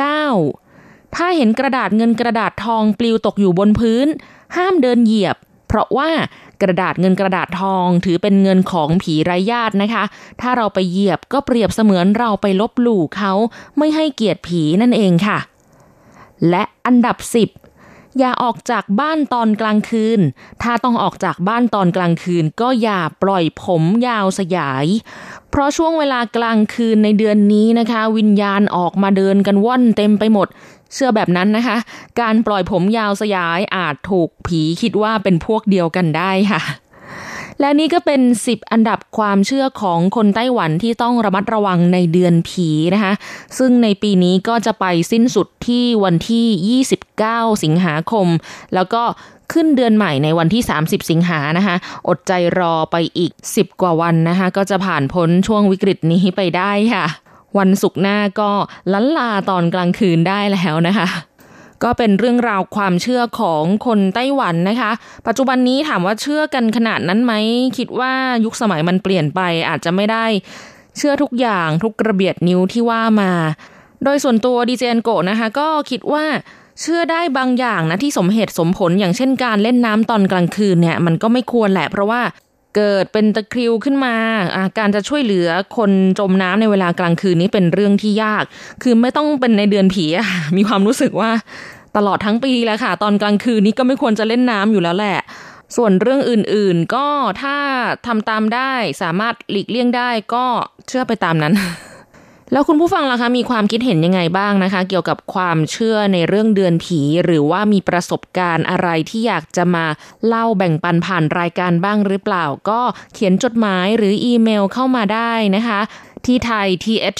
9ถ้าเห็นกระดาษเงินกระดาษทองปลิวตกอยู่บนพื้นห้ามเดินเหยียบเพราะว่ากระดาษเงินกระดาษทองถือเป็นเงินของผีไร้ญาตินะคะถ้าเราไปเหยียบก็เปรียบเสมือนเราไปลบหลู่เขาไม่ให้เกียรติผีนั่นเองค่ะและอันดับ 10อย่าออกจากบ้านตอนกลางคืนถ้าต้องออกจากบ้านตอนกลางคืนก็อย่าปล่อยผมยาวสยายเพราะช่วงเวลากลางคืนในเดือนนี้นะคะวิญญาณออกมาเดินกันว่อนเต็มไปหมดเชื่อแบบนั้นนะคะการปล่อยผมยาวสยายอาจถูกผีคิดว่าเป็นพวกเดียวกันได้ค่ะและนี่ก็เป็น10อันดับความเชื่อของคนไต้หวันที่ต้องระมัดระวังในเดือนผีนะคะซึ่งในปีนี้ก็จะไปสิ้นสุดที่วันที่29สิงหาคมแล้วก็ขึ้นเดือนใหม่ในวันที่30สิงหานะคะอดใจรอไปอีก10กว่าวันนะคะก็จะผ่านพ้นช่วงวิกฤตนี้ไปได้ค่ะวันศุกร์หน้าก็ลั้นลาตอนกลางคืนได้แล้วนะคะก็เป็นเรื่องราวความเชื่อของคนไต้หวันนะคะปัจจุบันนี้ถามว่าเชื่อกันขนาดนั้นไหมคิดว่ายุคสมัยมันเปลี่ยนไปอาจจะไม่ได้เชื่อทุกอย่างทุกกระเบียดนิ้วที่ว่ามาโดยส่วนตัวดีเจนโกะนะคะก็คิดว่าเชื่อได้บางอย่างนะที่สมเหตุสมผลอย่างเช่นการเล่นน้ำตอนกลางคืนเนี่ยมันก็ไม่ควรแหละเพราะว่าเกิดเป็นตะคริวขึ้นมาการจะช่วยเหลือคนจมน้ำในเวลากลางคืนนี้เป็นเรื่องที่ยากคือไม่ต้องเป็นในเดือนผีมีความรู้สึกว่าตลอดทั้งปีแล้วค่ะตอนกลางคืนนี้ก็ไม่ควรจะเล่นน้ำอยู่แล้วแหละส่วนเรื่องอื่นๆก็ถ้าทำตามได้สามารถหลีกเลี่ยงได้ก็เชื่อไปตามนั้น แล้วคุณผู้ฟังล่ะคะมีความคิดเห็นยังไงบ้างนะคะเกี่ยวกับความเชื่อในเรื่องเดือนผีหรือว่ามีประสบการณ์อะไรที่อยากจะมาเล่าแบ่งปันผ่านรายการบ้างหรือเปล่าก็เขียนจดหมายหรืออีเมลเข้ามาได้นะคะที่ไทย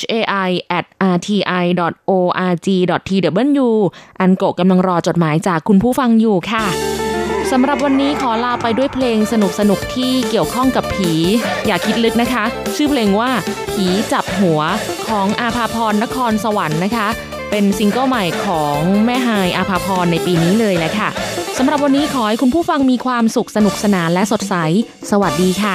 thai@rti.org.tw อันโกะกำลังรอจดหมายจากคุณผู้ฟังอยู่ค่ะสำหรับวันนี้ขอลาไปด้วยเพลงสนุกๆที่เกี่ยวข้องกับผีอย่าคิดลึกนะคะชื่อเพลงว่าผีจับหัวของอาภาพรนครสวรรค์นะคะเป็นซิงเกิลใหม่ของแม่ฮายอาภาพรในปีนี้เลยแหละค่ะสำหรับวันนี้ขอให้คุณผู้ฟังมีความสุขสนุกสนานและสดใสสวัสดีค่ะ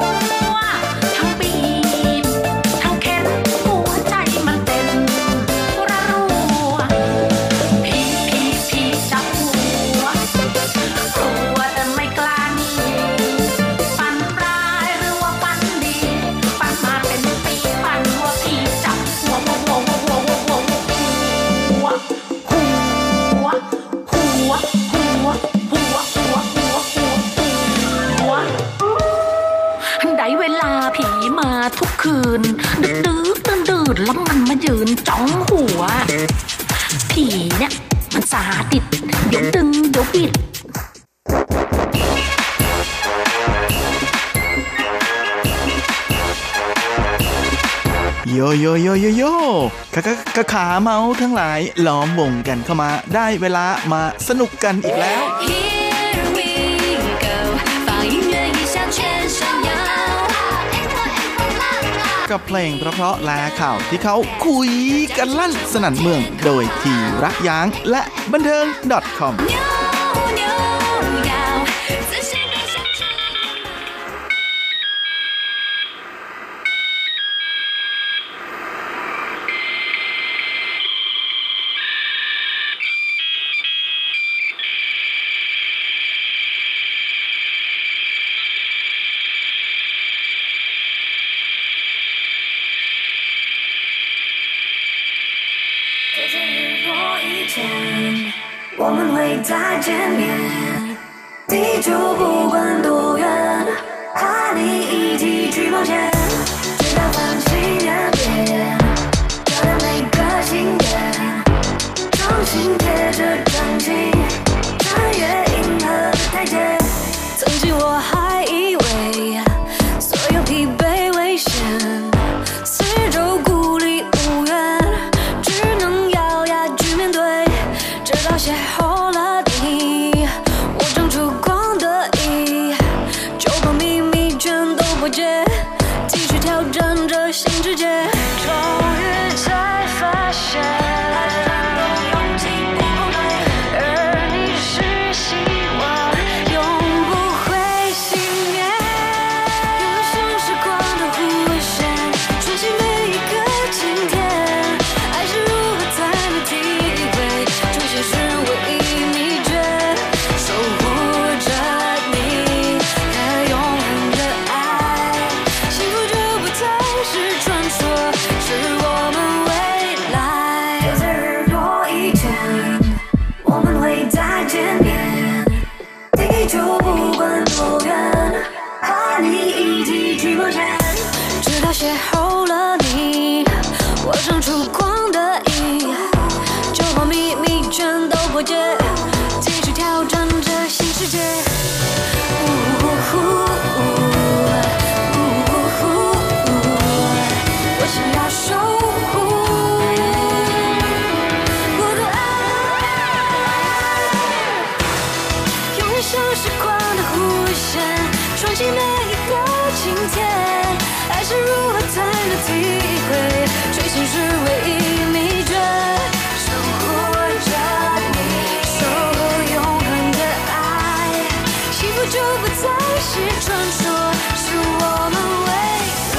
ผมาทุกคืนดื้อตื่นแล้วมันมายืนจ้องหัวผีเนี่ยมันสาติดเดี๋ยวดึงเดี๋ยวปิดโยโยโยโยโยขาเมาทั้งหลายล้อมวงกันเข้ามาได้เวลามาสนุกกันอีกแล้วกับเพลงเพราะๆและข่าวที่เขาคุยกันลั่นสนั่นเมืองโดยทีรักย้างและบันเทิง .com 我们会再见面，地球不管多远，和你一起去冒险，直到繁星点点，照亮每个心眼，掌心贴着掌心，穿越银河的台阶。曾经我还以为所有疲惫危险，四周孤立无援，只能咬牙去面对，直到邂逅了你，我长出光的意，就把秘密全都破解，继续挑战这新世界。终于才发现，都用尽不后退，而你是希望，永不会熄灭。用像时光的弧线，穿行每一个晴天，爱是如何才能体会，出现是唯一秘诀，守护着你和永恒的爱，幸福就不再是传说，是我们未来。就在日落以前，我们会再见面，地球不管多远，和你一起去冒险，直到邂逅了你，我长出光的意，就把秘密全都破解，继续挑战这新世界。我想要守护我的爱，用像时光的弧线，穿行每一个晴天，爱是如何才能体会，追寻是唯一秘诀，守护着你，守护永恒的爱，幸福就不再是传说，是我们未来。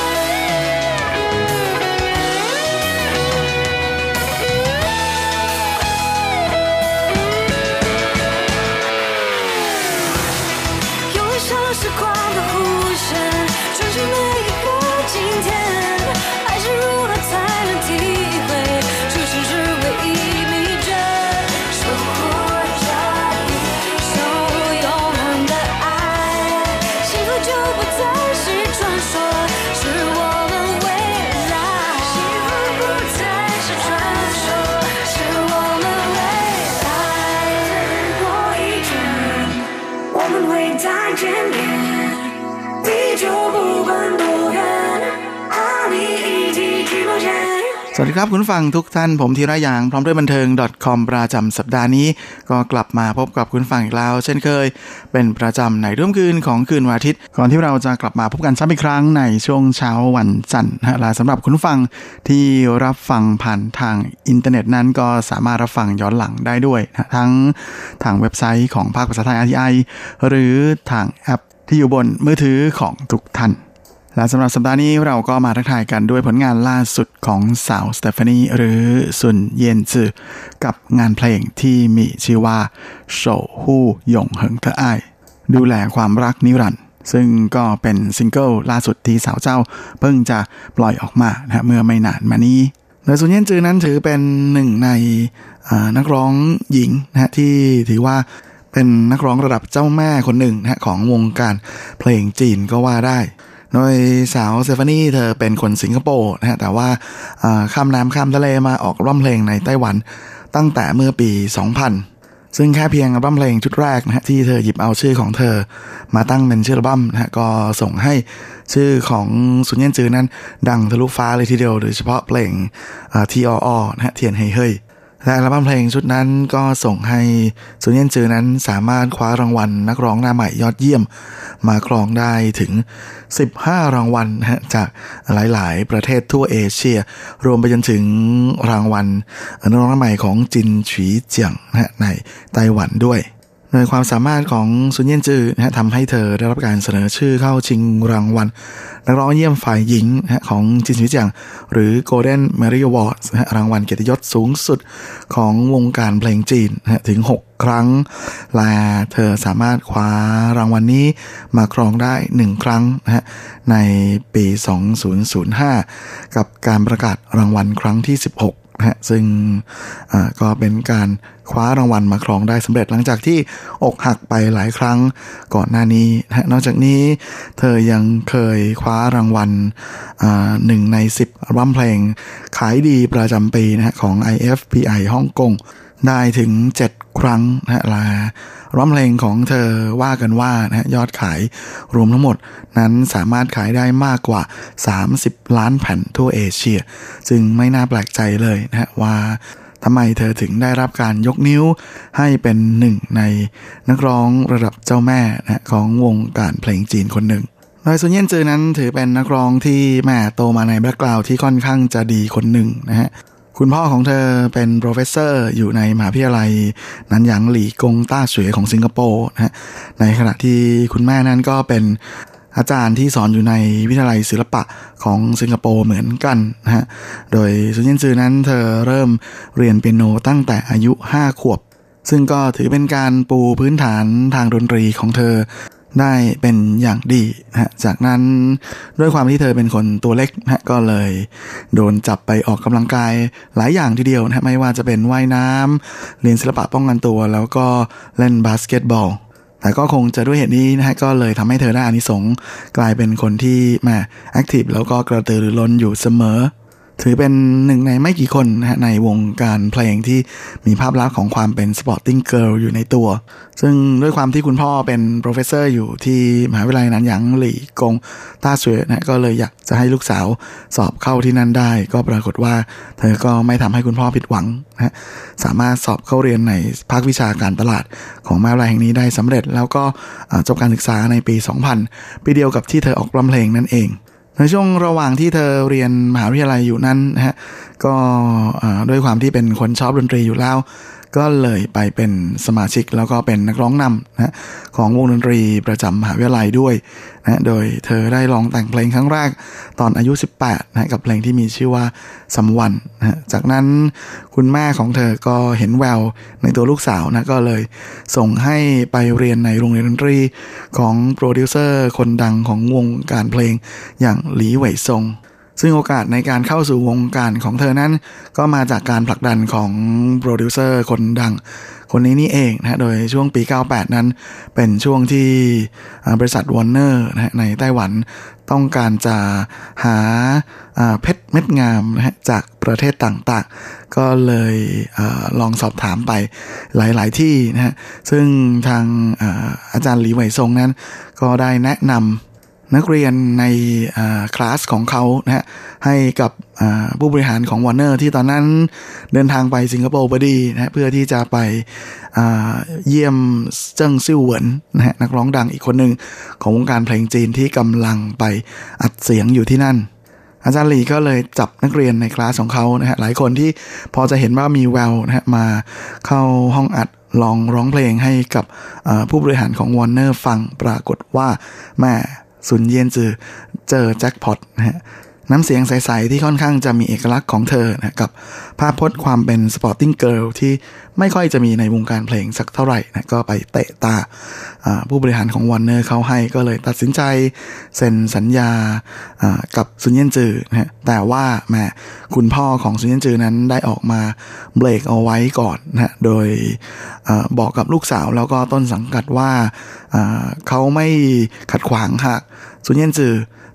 用像时光的弧线，穿行每一个晴天，爱是如何才能体会，出现是唯一秘诀，守护着你，守护永恒的爱，幸福就不再是传说，是我们未来。幸福不再是传说，是我们未来。日落以前，我们会再见面，地球不管多远，和你一起去冒险。 สวัสดีครับคุณผู้ฟังทุกท่านผมธีระยางพร้อมด้วยบันเทิง .com ประจำสัปดาห์นี้ก็กลับมาพบกับคุณผู้ฟังอีกแล้วเช่นเคยเป็นประจำในร่วมคืนของคืนวันอาทิตย์ก่อนที่เราจะกลับมาพบกันซ้ำอีกครั้งในช่วงเช้าวันจันทร์และสำหรับคุณผู้ฟังที่รับฟังผ่านทางอินเทอร์เน็ตนั้นก็สามารถรับฟังย้อนหลังได้ด้วยทั้งทางเว็บไซต์ของภาคภาษาไทย RTI หรือทางแอปที่อยู่บนมือถือของทุกท่านและสำหรับสัปดาห์นี้เราก็มาทักทายกันด้วยผลงานล่าสุดของสาวสเตฟานีหรือซุนเย็นซือกับงานเพลงที่มีชื่อว่าโฉฮู่หยงเหิงเธออ้ายดูแลความรักนิรันดร์ซึ่งก็เป็นซิงเกิลล่าสุดที่สาวเจ้าเพิ่งจะปล่อยออกมาเมื่อไม่นานมานี้โดยซุนเย็นซือนั้นถือเป็นหนึ่งในนักร้องหญิงที่ถือว่าเป็นนักร้องระดับเจ้าแม่คนหนึ่งของวงการเพลงจีนก็ว่าได้โดยสาวเซฟานี่เธอเป็นคนสิงคโปร์นะฮะแต่ว่าข้ามน้ำข้ามทะเลมาออกอัลบั้มเพลงในไต้หวันตั้งแต่เมื่อปี 2000 ซึ่งแค่เพียงอัลบั้มเพลงชุดแรกนะฮะที่เธอหยิบเอาชื่อของเธอมาตั้งเป็นชื่ออัลบั้มนะฮะก็ส่งให้ชื่อของซุนเยี่ยนจือนั้นดังทะลุฟ้าเลยทีเดียวโดยเฉพาะเพลงทีออนะฮะเทียนเฮ่ยเฮ่ยและอัลบั้มเพลงชุดนั้นก็ส่งให้ซุนเยี่ยนจือนั้นสามารถคว้ารางวัลนักร้องหน้าใหม่ยอดเยี่ยมมาครองได้ถึง15รางวัลนะฮะจากหลายๆประเทศทั่วเอเชียรวมไปจนถึงรางวัลนักร้องหน้าใหม่ของจินฉีเจียงนะฮะในไต้หวันด้วยโดยความสามารถของซุนเยี่ยนจือนะฮะทำให้เธอได้รับการเสนอชื่อเข้าชิงรางวัลนักร้องเยี่ยมฝ่ายหญิงนะฮะของจินฉีเจียงหรือ Golden Mary Awards นะฮะรางวัลเกียรติยศสูงสุดของวงการเพลงจีนนะฮะถึง6ครั้งและเธอสามารถคว้ารางวัลนี้มาครองได้1ครั้งนะฮะในปี 2005 กับการประกาศรางวัลครั้งที่16นะฮะซึ่งก็เป็นการคว้ารางวัลมาครองได้สำเร็จหลังจากที่อกหักไปหลายครั้งก่อนหน้านี้นะฮะนอกจากนี้เธอยังเคยคว้ารางวัล1 ใน 10 อัลบั้มเพลงขายดีประจำปีนะฮะของ IFPI ฮ่องกงได้ถึง7ครั้งนะฮะอัลบั้มเพลงของเธอว่ากันว่านะฮะยอดขายรวมทั้งหมดนั้นสามารถขายได้มากกว่า30ล้านแผ่นทั่วเอเชียจึงไม่น่าแปลกใจเลยนะฮะว่าทำไมเธอถึงได้รับการยกนิ้วให้เป็นหนึ่งในนักร้องระดับเจ้าแม่นะของวงการเพลงจีนคนหนึ่งโดยซุนเยี่ยนจือนั้นถือเป็นนักร้องที่แม่โตมาในแบ็คกราวด์ที่ค่อนข้างจะดีคนหนึ่งนะฮะคุณพ่อของเธอเป็นโปรเฟสเซอร์อยู่ในมหาวิทยาลัยนันหยางหลี่กงต้าเสวยของสิงคโปร์นะฮะในขณะที่คุณแม่นั้นก็เป็นอาจารย์ที่สอนอยู่ในวิทยาลัยศิลปะของสิงคโปร์เหมือนกันนะฮะโดยซุนเยี่ยนจือนั้นเธอเริ่มเรียนเปียโนตั้งแต่อายุ5ขวบซึ่งก็ถือเป็นการปูพื้นฐานทางดนตรีของเธอได้เป็นอย่างดีนะฮะจากนั้นด้วยความที่เธอเป็นคนตัวเล็กนะฮะก็เลยโดนจับไปออกกำลังกายหลายอย่างทีเดียวนะฮะไม่ว่าจะเป็นว่ายน้ำเรียนศิลปะป้องกันตัวแล้วก็เล่นบาสเกตบอลแต่ก็คงจะด้วยเหตุนี้นะฮะก็เลยทำให้เธอได้อานิสงส์กลายเป็นคนที่แอคทีฟแล้วก็กระตือรือร้นอยู่เสมอถือเป็นหนึ่งในไม่กี่คนนะฮะในวงการเพลงที่มีภาพลักษณ์ของความเป็นสปอร์ติ้งเกิร์ลอยู่ในตัวซึ่งด้วยความที่คุณพ่อเป็นโปรเฟสเซอร์อยู่ที่มหาวิทยาลัยนันหยางหลี่กงต้าเสวยนะก็เลยอยากจะให้ลูกสาวสอบเข้าที่นั่นได้ก็ปรากฏว่าเธอก็ไม่ทำให้คุณพ่อผิดหวังนะฮะสามารถสอบเข้าเรียนในภาควิชาการตลาดของมหาวิทยาลัยแห่งนี้ได้สำเร็จแล้วก็จบการศึกษาในปี 2000 ปีเดียวกับที่เธอออกร้องเพลงนั่นเองในช่วงระหว่างที่เธอเรียนมหาวิทยาลัยอยู่นั้นนะฮะก็ด้วยความที่เป็นคนชอบดนตรีอยู่แล้วก็เลยไปเป็นสมาชิกแล้วก็เป็นนักร้องนำนะของวงดนตรีประจำมหาวิทยาลัยด้วยนะโดยเธอได้ลองแต่งเพลงครั้งแรกตอนอายุ18นะกับเพลงที่มีชื่อว่าสัมวันนะจากนั้นคุณแม่ของเธอก็เห็นแววในตัวลูกสาวนะก็เลยส่งให้ไปเรียนในโรงเรียนดนตรีของโปรดิวเซอร์คนดังของวงการเพลงอย่างหลีเหวยซงซึ่งโอกาสในการเข้าสู่วงการของเธอนั้นก็มาจากการผลักดันของโปรดิวเซอร์คนดังคนนี้นี่เองนะโดยช่วงปี 98 นั้นเป็นช่วงที่บริษัทวอร์เนอร์นะในไต้หวันต้องการจะหาเพชรเม็ดงามนะจากประเทศต่างๆก็เลยลองสอบถามไปหลายๆที่นะฮะซึ่งทางอาจารย์หลีเหวยซงนั้นก็ได้แนะนำนักเรียนในคลาสของเขานะฮะให้กับผู้บริหารของ Warner ที่ตอนนั้นเดินทางไปสิงคโปร์พอดีนะเพื่อที่จะไปเยี่ยมเจิ้งซิ่วเหวินนะฮะนักร้องดังอีกคนหนึ่งของวงการเพลงจีนที่กำลังไปอัดเสียงอยู่ที่นั่นอาจารย์หลีก็เลยจับนักเรียนในคลาสของเขานะฮะหลายคนที่พอจะเห็นว่ามีแววนะฮะมาเข้าห้องอัดลองร้องเพลงให้กับผู้บริหารของ Warner ฟังปรากฏว่าแม่ซุนเยี่ยนจือเจอแจ็คพอตนะฮะน้ำเสียงใสๆที่ค่อนข้างจะมีเอกลักษณ์ของเธอนะกับภาพพจน์ความเป็นสปอร์ติ้งเกิร์ลที่ไม่ค่อยจะมีในวงการเพลงสักเท่าไหร่นะก็ไปเตะตาผู้บริหารของ Warner เขาให้ก็เลยตัดสินใจเซ็นสัญญากับซุนเยี่ยนจือนะฮะแต่ว่าแม่คุณพ่อของซุนเยี่ยนจือนั้นได้ออกมาเบรกเอาไว้ก่อนนะฮะโดยบอกกับลูกสาวแล้วก็ต้นสังกัดว่าเขาไม่ขัดขวางหากซุนเยี่ยนจือ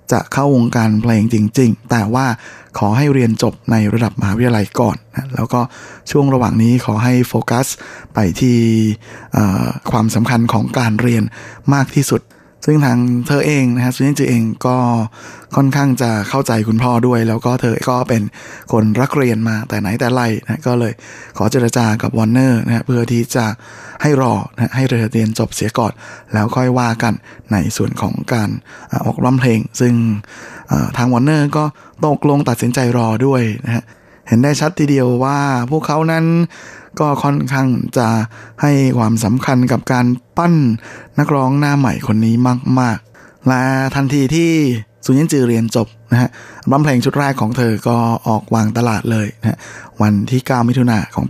จะเข้าวงการเพลงจริงๆแต่ว่าขอให้เรียนจบในระดับมหาวิทยาลัยก่อนนะแล้วก็ช่วงระหว่างนี้ขอให้โฟกัสไปที่ความสำคัญของการเรียนมากที่สุดซึ่งทางเธอเองนะฮะซุนเยี่ยนจือเองก็ค่อนข้างจะเข้าใจคุณพ่อด้วยแล้วก็เธอก็เป็นคนรักเรียนมาแต่ไหนแต่ไรนะก็เลยขอเจรจากับวอร์เนอร์นะฮะเพื่อที่จะให้รอนะให้เรียนจบเสียก่อนแล้วค่อยว่ากันในส่วนของการออกร้องเพลงซึ่งทางวอร์เนอร์ก็ตกลงตัดสินใจรอด้วยนะฮะเห็นได้ชัดทีเดียวว่าพวกเขานั้นก็ค่อนข้างจะให้ความสำคัญกับการปั้นนักร้องหน้าใหม่คนนี้มากๆและทันทีที่ซุนเยี่ยนจือเรียนจบนะฮะอัลบั้มเพลงชุดแรกของเธอก็ออกวางตลาดเลยนะวันที่9มิถุนายนของปี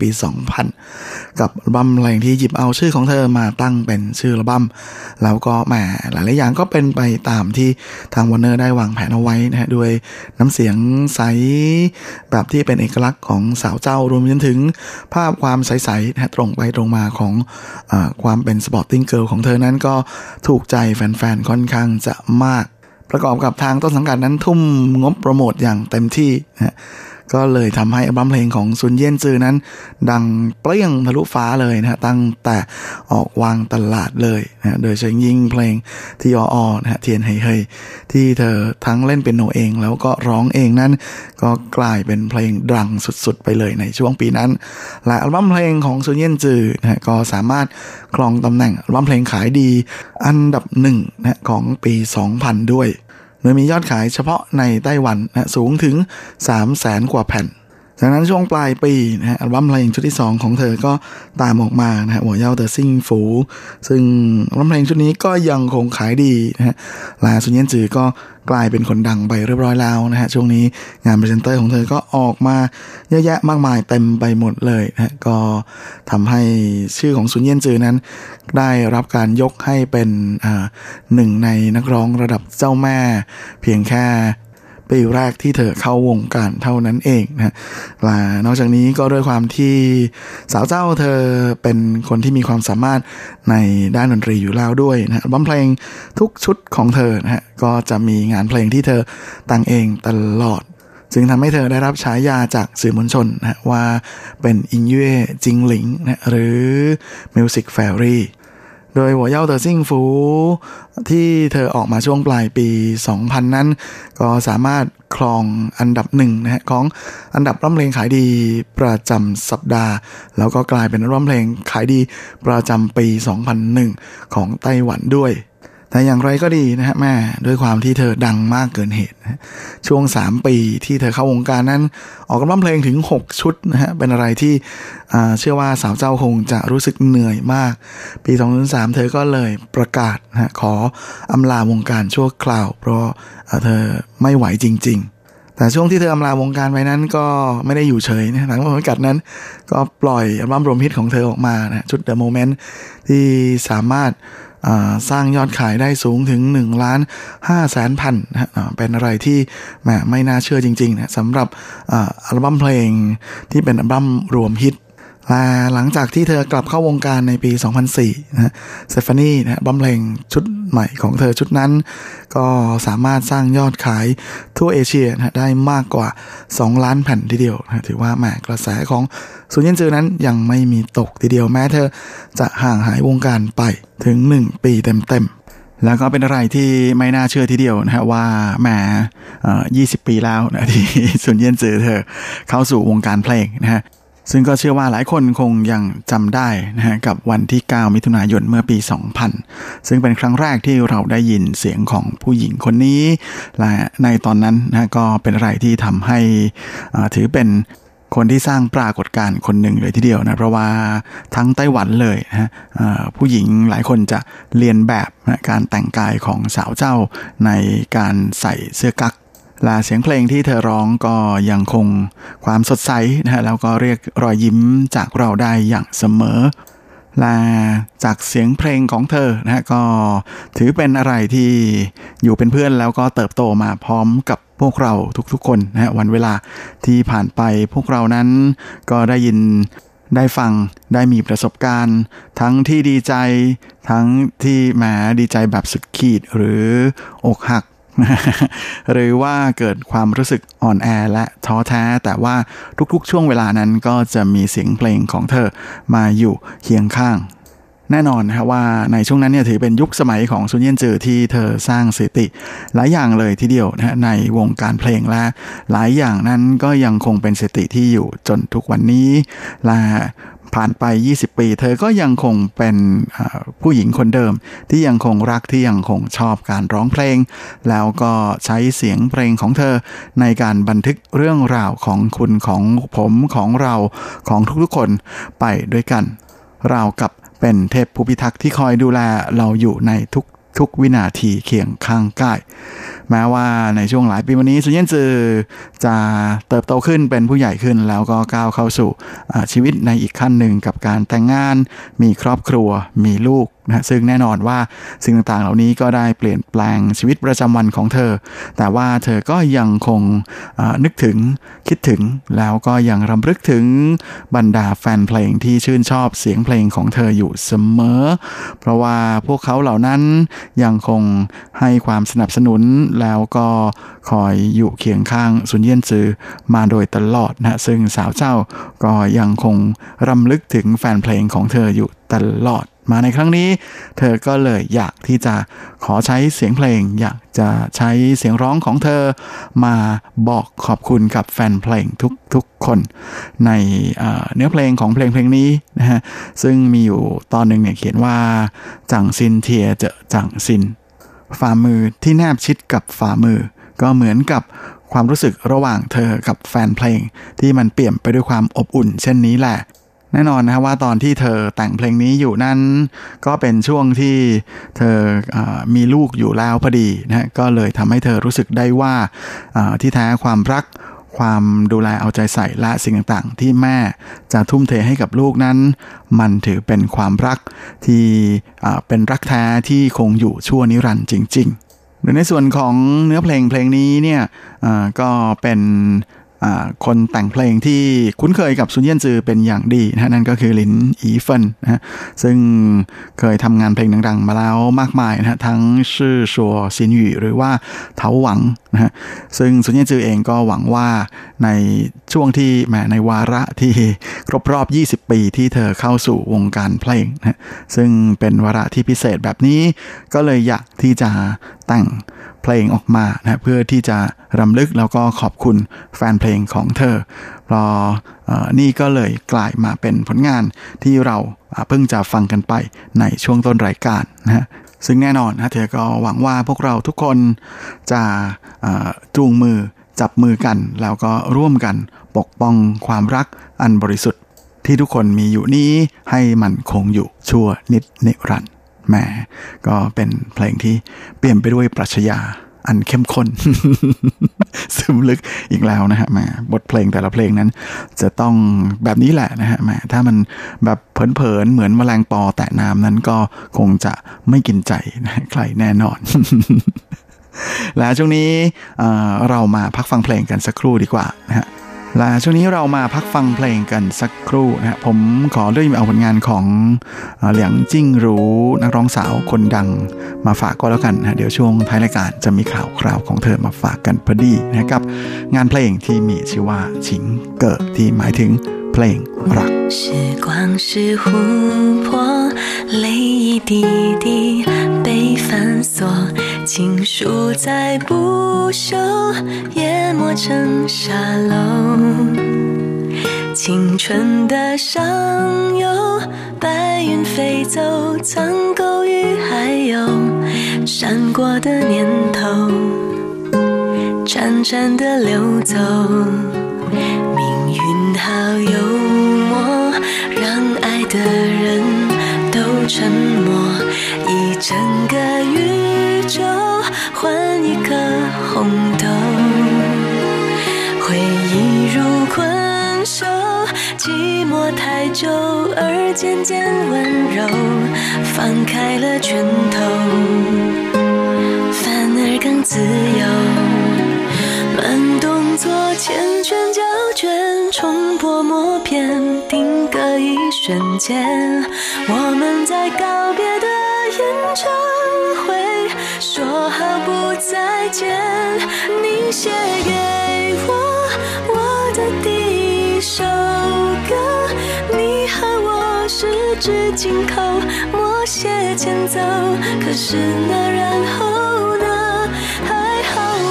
2000กับอัลบั้มเพลงที่หยิบเอาชื่อของเธอมาตั้งเป็นชื่ออัลบั้มแล้วก็แหมหลายๆอย่างก็เป็นไปตามที่ทางวอร์เนอร์ได้วางแผนเอาไว้นะฮะด้วยน้ำเสียงใสแบบที่เป็นเอกลักษณ์ของสาวเจ้ารวมจนถึงภาพความใสๆนะฮะตรงไปตรงมาของความเป็นสปอร์ตติ้งเกิร์ลของเธอนั้นก็ถูกใจแฟนๆค่อนข้างจะมากประกอบกับทางต้นสังกัดนั้นทุ่มงบโปรโมทอย่างเต็มที่นะก็เลยทำให้อัลบั้มเพลงของซุนเยี่ยนจือนั้นดังเปรี้ยงทะลุฟ้าเลยนะฮะตั้งแต่ออกวางตลาดเลยนะโดยเฉพาะยิ่งเพลงที่ออนะฮะเทียนเฮยที่เธอทั้งเล่นเปียโนเองแล้วก็ร้องเองนั้นก็กลายเป็นเพลงดังสุดๆไปเลยในช่วงปีนั้นและอัลบั้มเพลงของซุนเยี่ยนจือนะฮะก็สามารถครองตำแหน่งอัลบั้มเพลงขายดีอันดับ1นะของปี 2000 ด้วยโดยมียอดขายเฉพาะในไต้หวันนะสูงถึง 300,000 กว่าแผ่นจากนั้นช่วงปลายปีนะฮะอัลบั้มเพลงชุดที่2ของเธอก็ตามออกมานะฮะหัวเย่าเตอซิ่งฝูซึ่งอัลบั้มเพลงชุดนี้ก็ยังคงขายดีนะฮะและซุนเยี่ยนจือก็กลายเป็นคนดังไปเรียบร้อยแล้วนะฮะช่วงนี้งานพรีเซนเตอร์ของเธอก็ออกมาเยอะแยะมากมายเต็มไปหมดเลยนะฮะก็ทำให้ชื่อของซุนเยี่ยนจือนั้นได้รับการยกให้เป็นหนึ่งในนักร้องระดับเจ้าแม่เพียงแค่ปีแรกที่เธอเข้าวงการเท่านั้นเองนะและนอกจากนี้ก็ด้วยความที่สาวเจ้าเธอเป็นคนที่มีความสามารถในด้านดนตรีอยู่แล้วด้วยนะอัลบั้มเพลงทุกชุดของเธอนะฮะก็จะมีงานเพลงที่เธอแต่งเองตลอดจึงทำให้เธอได้รับฉายาจากสื่อมวลชนนะว่าเป็นอินเย่จิงหลิงนะหรือมิวสิกแฟรี่โดยหัวเย่าเตอซิ่งฟูที่เธอออกมาช่วงปลายปี 2000 นั้นก็สามารถครองอันดับ1นะฮะของอันดับร้องเพลงขายดีประจำสัปดาห์แล้วก็กลายเป็นร้องเพลงขายดีประจำปี 2001 ของไต้หวันด้วยแต่อย่างไรก็ดีนะฮะแม่ด้วยความที่เธอดังมากเกินเหตุนะช่วง3ปีที่เธอเข้าวงการนั้นออกอัลบั้มเพลงถึง6ชุดนะฮะเป็นอะไรที่เชื่อว่าสาวเจ้าคงจะรู้สึกเหนื่อยมากปี 2003 เธอก็เลยประกาศนะขออำลาวงการชั่วคราวเพราะเธอไม่ไหวจริงๆแต่ช่วงที่เธออำลาวงการไว้นั้นก็ไม่ได้อยู่เฉยนะหลังประกาศนั้นก็ปล่อยอัลบั้มรวมฮิตของเธอออกมานะชุด The Moment ที่สามารถสร้างยอดขายได้สูงถึง 1,500,000 นะเป็นอะไรที่ไม่น่าเชื่อจริงๆนะสำหรับอัลบั้มเพลงที่เป็นอัลบั้มรวมฮิตและหลังจากที่เธอกลับเข้าวงการในปี 2004 นะเซฟานีนะอัลบั้มเพลงชุดใหม่ของเธอชุดนั้นก็สามารถสร้างยอดขายทั่วเอเชียนะได้มากกว่า2ล้านแผ่นทีเดียวนะถือว่าแหมกระแสของซุนเยี่ยนจือนั้นยังไม่มีตกทีเดียวแม้เธอจะห่างหายวงการไปถึง1ปีเต็มๆแล้วก็เป็นอะไรที่ไม่น่าเชื่อทีเดียวนะฮะว่าแหม20 ปีแล้วนะที่ซุนเยี่ยนจือเธอเข้าสู่วงการเพลงนะฮะซึ่งก็เชื่อว่าหลายคนคงยังจำได้นะฮะกับวันที่9มิถุนายนเมื่อปี 2000ซึ่งเป็นครั้งแรกที่เราได้ยินเสียงของผู้หญิงคนนี้และในตอนนั้นนะก็เป็นอะไรที่ทำให้ถือเป็นคนที่สร้างปรากฏการณ์คนหนึ่งเลยทีเดียวนะเพราะว่าทั้งไต้หวันเลยนะผู้หญิงหลายคนจะเรียนแบบนะการแต่งกายของสาวเจ้าในการใส่เสื้อกั๊กและเสียงเพลงที่เธอร้องก็ยังคงความสดใสนะฮะแล้วก็เรียกรอยยิ้มจากเราได้อย่างเสมอและจากเสียงเพลงของเธอนะฮะก็ถือเป็นอะไรที่อยู่เป็นเพื่อนแล้วก็เติบโตมาพร้อมกับพวกเราทุกๆคนนะฮะวันเวลาที่ผ่านไปพวกเรานั้นก็ได้ยินได้ฟังได้มีประสบการณ์ทั้งที่ดีใจทั้งที่แหมดีใจแบบสุดขีดหรืออกหักหรือว่าเกิดความรู้สึกอ่อนแอและท้อแท้แต่ว่าทุกๆช่วงเวลานั้นก็จะมีเสียงเพลงของเธอมาอยู่เคียงข้างแน่นอนนะครับว่าในช่วงนั้นเนี่ยถือเป็นยุคสมัยของซุนเยี่ยนจือที่เธอสร้างสถิติหลายอย่างเลยทีเดียวนะในวงการเพลงและหลายอย่างนั้นก็ยังคงเป็นสถิติที่อยู่จนทุกวันนี้และผ่านไป20ปีเธอก็ยังคงเป็นผู้หญิงคนเดิมที่ยังคงรักที่ยังคงชอบการร้องเพลงแล้วก็ใช้เสียงเพลงของเธอในการบันทึกเรื่องราวของคุณของผมของเราของทุกๆคนไปด้วยกันราวกับเป็นเทพผู้พิทักษ์ที่คอยดูแลเราอยู่ในทุกวินาทีเคียงข้างกายแม้ว่าในช่วงหลายปีมานี้ซุนเยี่ยนจือจะเติบโตขึ้นเป็นผู้ใหญ่ขึ้นแล้วก็ก้าวเข้าสู่ชีวิตในอีกขั้นหนึ่งกับการแต่งงานมีครอบครัวมีลูกนะซึ่งแน่นอนว่าสิ่งต่างๆเหล่านี้ก็ได้เปลี่ยนแปลงชีวิตประจำวันของเธอแต่ว่าเธอก็ยังคงนึกถึงคิดถึงแล้วก็ยังรำลึกถึงบรรดาแฟนเพลงที่ชื่นชอบเสียงเพลงของเธออยู่เสมอเพราะว่าพวกเขาเหล่านั้นยังคงให้ความสนับสนุนแล้วก็คอยอยู่เคียงข้างซุนเยี่ยนจือมาโดยตลอดนะซึ่งสาวเจ้าก็ยังคงรำลึกถึงแฟนเพลงของเธออยู่ตลอดมาในครั้งนี้เธอก็เลยอยากที่จะขอใช้เสียงเพลงอยากจะใช้เสียงร้องของเธอมาบอกขอบคุณกับแฟนเพลงทุกคนในเนื้อเพลงของเพลงนี้นะฮะซึ่งมีอยู่ตอนหนึ่งเนี่ยเขียนว่าจังซินเทียเจอจังซินฝ่ามือที่แนบชิดกับฝ่ามือก็เหมือนกับความรู้สึกระหว่างเธอกับแฟนเพลงที่มันเปี่ยมไปด้วยความอบอุ่นเช่นนี้แหละแน่นอนนะว่าตอนที่เธอแต่งเพลงนี้อยู่นั้นก็เป็นช่วงที่เธอมีลูกอยู่แล้วพอดีนะก็เลยทำให้เธอรู้สึกได้ว่าที่แท้ความรักความดูแลเอาใจใส่และสิ่งต่างๆที่แม่จะทุ่มเทให้กับลูกนั้นมันถือเป็นความรักที่เป็นรักแท้ที่คงอยู่ชั่วนิรันดร์จริงๆโดยในส่วนของเนื้อเพลงนี้เนี่ยก็เป็นคนแต่งเพลงที่คุ้นเคยกับซุนเยี่ยนจือเป็นอย่างดีนะนั่นก็คือหลินอีเฟินนะซึ่งเคยทำงานเพลงดังๆมาแล้วมากมายนะทั้งชื่อชัวซินหยู่หรือว่าเถาหวังนะซึ่งซุนเยี่ยนจือเองก็หวังว่าในช่วงที่ในวาระที่ครบรอบ20ปีที่เธอเข้าสู่วงการเพลงนะซึ่งเป็นวาระที่พิเศษแบบนี้ก็เลยอยากที่จะแต่งเพลงออกมานะเพื่อที่จะรำลึกแล้วก็ขอบคุณแฟนเพลงของเธอเพราะนี่ก็เลยกลายมาเป็นผลงานที่เราเพิ่งจะฟังกันไปในช่วงต้นรายการนะซึ่งแน่นอนนะเธอก็หวังว่าพวกเราทุกคนจะจูงมือจับมือกันแล้วก็ร่วมกันปกป้องความรักอันบริสุทธิ์ที่ทุกคนมีอยู่นี้ให้มันคงอยู่ชั่วนิรันดร์แม่ก็เป็นเพลงที่เปลี่ยนไปด้วยปรัชญาอันเข้มข้น ซึมลึกอีกแล้วนะฮะแม่บทเพลงแต่ละเพลงนั้นจะต้องแบบนี้แหละนะฮะแม่ถ้ามันแบบเผลอๆเหมือนแมลงปอแตะน้ำนั้นก็คงจะไม่กินใจใครแน่นอน และช่วงนี้เรามาพักฟังเพลงกันสักครู่ดีกว่านะฮะและช่วงนี้เรามาพักฟังเพลงกันสักครู่นะฮะผมขอเลือกเอาผลงานของเหลียงจิ้งหรูนักร้องสาวคนดังมาฝากก็แล้วกันนะเดี๋ยวช่วงท้ายรายการจะมีข่าวคราวของเธอมาฝากกันพอดีนะครับงานเพลงที่มีชื่อว่าชิงเก๋อที่หมายถึงเพลงรัก时光是湖泊泪一滴滴被反锁情书再不朽淹没成沙漏青春的上游白云飞走苍狗与还有闪过的念头潺潺的流走命运好幽默让爱的人都沉默一整个宇宙换一颗红豆回忆如困兽寂寞太久而渐渐温柔放开了拳头反而更自由慢动作缱绻胶卷重播默片定格一瞬间我们在告别的演唱会说好不再见，你写给我的第一首歌，你和我十指紧扣，默写前奏，可是那然后呢？还好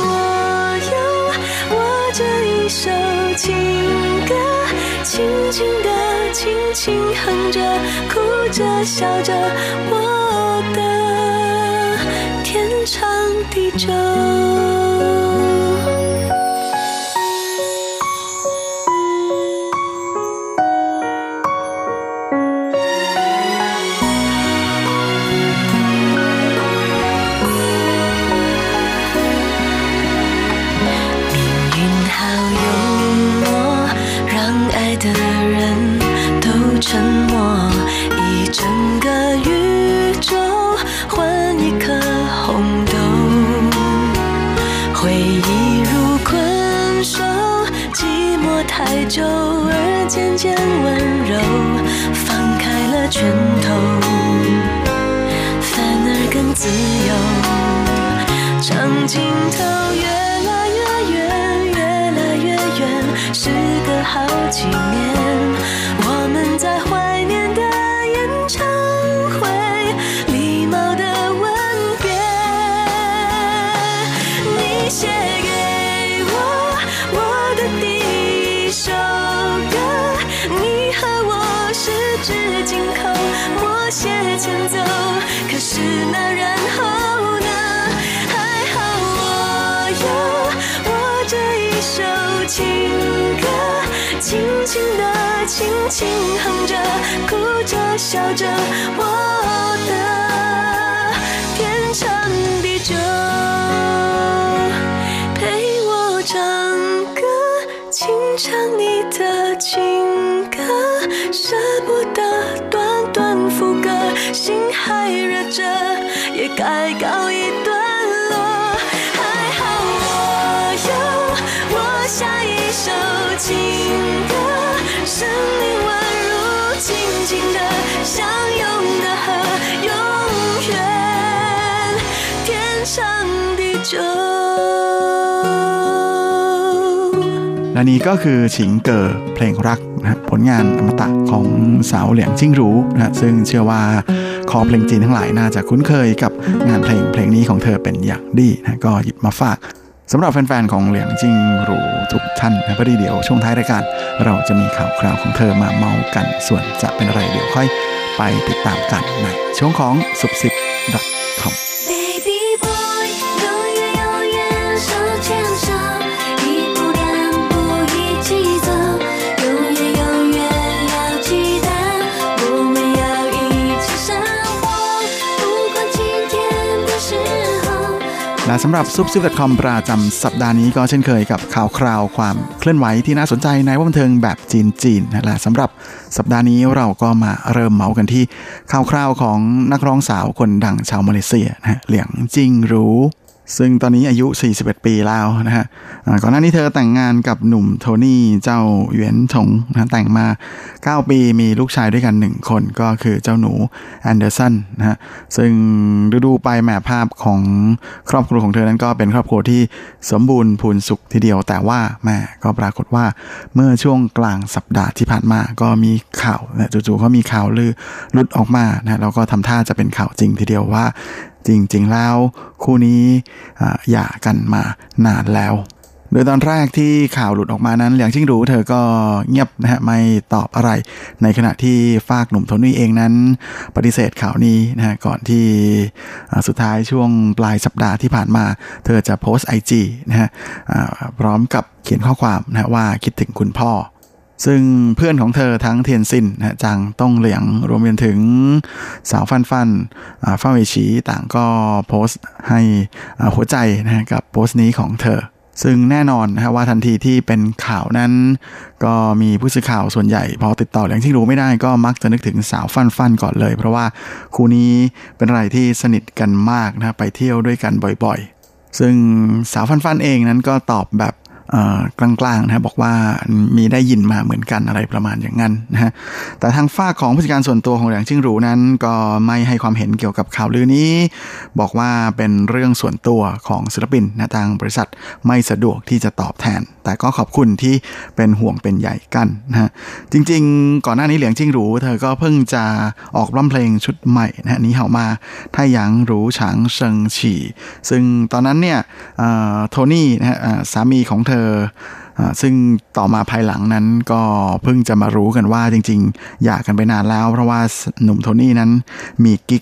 我这一首情歌，轻轻地轻轻哼着，哭着笑着，我的天长地久。沉默，一整个宇宙换一颗红豆，回忆如困兽，寂寞太久而渐渐温柔，放开了拳头，反而更自由，长镜头越来越远，越来越远，时隔好几年，我们在怀念的演唱会，礼貌的吻别。你写给我的第一首歌，你和我十指紧扣，默写前奏，可是那然后呢？还好我这一首情歌，轻轻地轻轻哼着，哭着笑着，我的天长地久，陪我唱歌，轻唱你的情歌，舍不得短短副歌，心还热着，也该告一段落。还好我下一首情歌，生命宛如静静的相拥的河，永远天长地久。 และนี้ก็คือฉิงเก๋อเพลงรักนะผลงานอมตะของสาวเหลียงจิ้งหรูนะซึ่งเชื่อว่าคอเพลงจีนทั้งหลายน่าจะคุ้นเคยกับงานเพลงนี้ของเธอเป็นอย่างดีนะก็หยิบมาฝากสำหรับแฟนๆของเหลียงจิ้งหรูทุกท่านนะพอดีเดี๋ยวช่วงท้ายรายการเราจะมีข่าวคราวของเธอมาเมากันส่วนจะเป็นอะไรเดี๋ยวค่อยไปติดตามกันในช่วงของsubsip.comและสำหรับ subsip.com ประจำสัปดาห์นี้ก็เช่นเคยกับข่าวคราวความเคลื่อนไหวที่น่าสนใจในวงบันเทิงแบบจีนๆและสำหรับสัปดาห์นี้เราก็มาเริ่มเมากันที่ข่าวคราวของนักร้องสาวคนดังชาวมาเลเซียนะเหลียงจิ้งหรูซึ่งตอนนี้อายุ41ปีแล้วนะฮะก่อนหน้านี้เธอแต่งงานกับหนุ่มโทนี่เจ้าเหวียนถงนะแต่งมา9ปีมีลูกชายด้วยกัน1คนก็คือเจ้าหนูแอนเดอร์สันนะฮะซึ่งดูไปแหมภาพของครอบครัวของเธอนั้นก็เป็นครอบครัวที่สมบูรณ์พูนสุขทีเดียวแต่ว่าแหมก็ปรากฏว่าเมื่อช่วงกลางสัปดาห์ที่ผ่านมาก็มีข่าวนะจู่ๆก็มีข่าวลือหลุดออกมานะแล้วก็ทำท่าจะเป็นข่าวจริงทีเดียวว่าจริงๆแล้วคู่นี้หย่ากันมานานแล้วโดยตอนแรกที่ข่าวหลุดออกมานั้นเหลียงจิ้งหรูเธอก็เงียบนะฮะไม่ตอบอะไรในขณะที่ฝากหนุ่มโทนี่เองนั้นปฏิเสธข่าวนี้นะฮะก่อนที่สุดท้ายช่วงปลายสัปดาห์ที่ผ่านมาเธอจะโพสต์ IG นะฮะพร้อมกับเขียนข้อความนะว่าคิดถึงคุณพ่อซึ่งเพื่อนของเธอทั้งเทียนซินนะจางต้งเหลียงรวมไปถึงสาวฟันฟ้าเวชีต่างก็โพสต์ให้หัวใจนะกับโพสต์นี้ของเธอซึ่งแน่นอนนะว่าทันทีที่เป็นข่าวนั้นก็มีผู้สื่อข่าวส่วนใหญ่พอติดต่อเหลียงจิ้งหรูไม่ได้ก็มักจะนึกถึงสาวฟันก่อนเลยเพราะว่าคู่นี้เป็นอะไรที่สนิทกันมากนะไปเที่ยวด้วยกันบ่อยๆซึ่งสาวฟันเองนั้นก็ตอบแบบกลางๆนะบอกว่ามีได้ยินมาเหมือนกันอะไรประมาณอย่างนั้นนะฮะแต่ทางฝ่ายของผู้จัดการส่วนตัวของเหลียงจิ้งหรูนั้นก็ไม่ให้ความเห็นเกี่ยวกับข่าวลือนี้บอกว่าเป็นเรื่องส่วนตัวของศิลปินนะทางบริษัทไม่สะดวกที่จะตอบแทนแต่ก็ขอบคุณที่เป็นห่วงเป็นใหญ่กันนะฮะจริงๆก่อนหน้านี้เหลียงจิ้งหรูเธอก็เพิ่งจะออกร้องเพลงชุดใหม่นะนี้เห่ามาถ้าหยางหรูฉางเซิงฉี่ซึ่งตอนนั้นเนี่ยโทนี่นะฮะสามีของเธอซึ่งต่อมาภายหลังนั้นก็เพิ่งจะมารู้กันว่าจริงๆหย่ากันไปนานแล้วเพราะว่าหนุ่มโทนี่นั้นมีกิ๊ก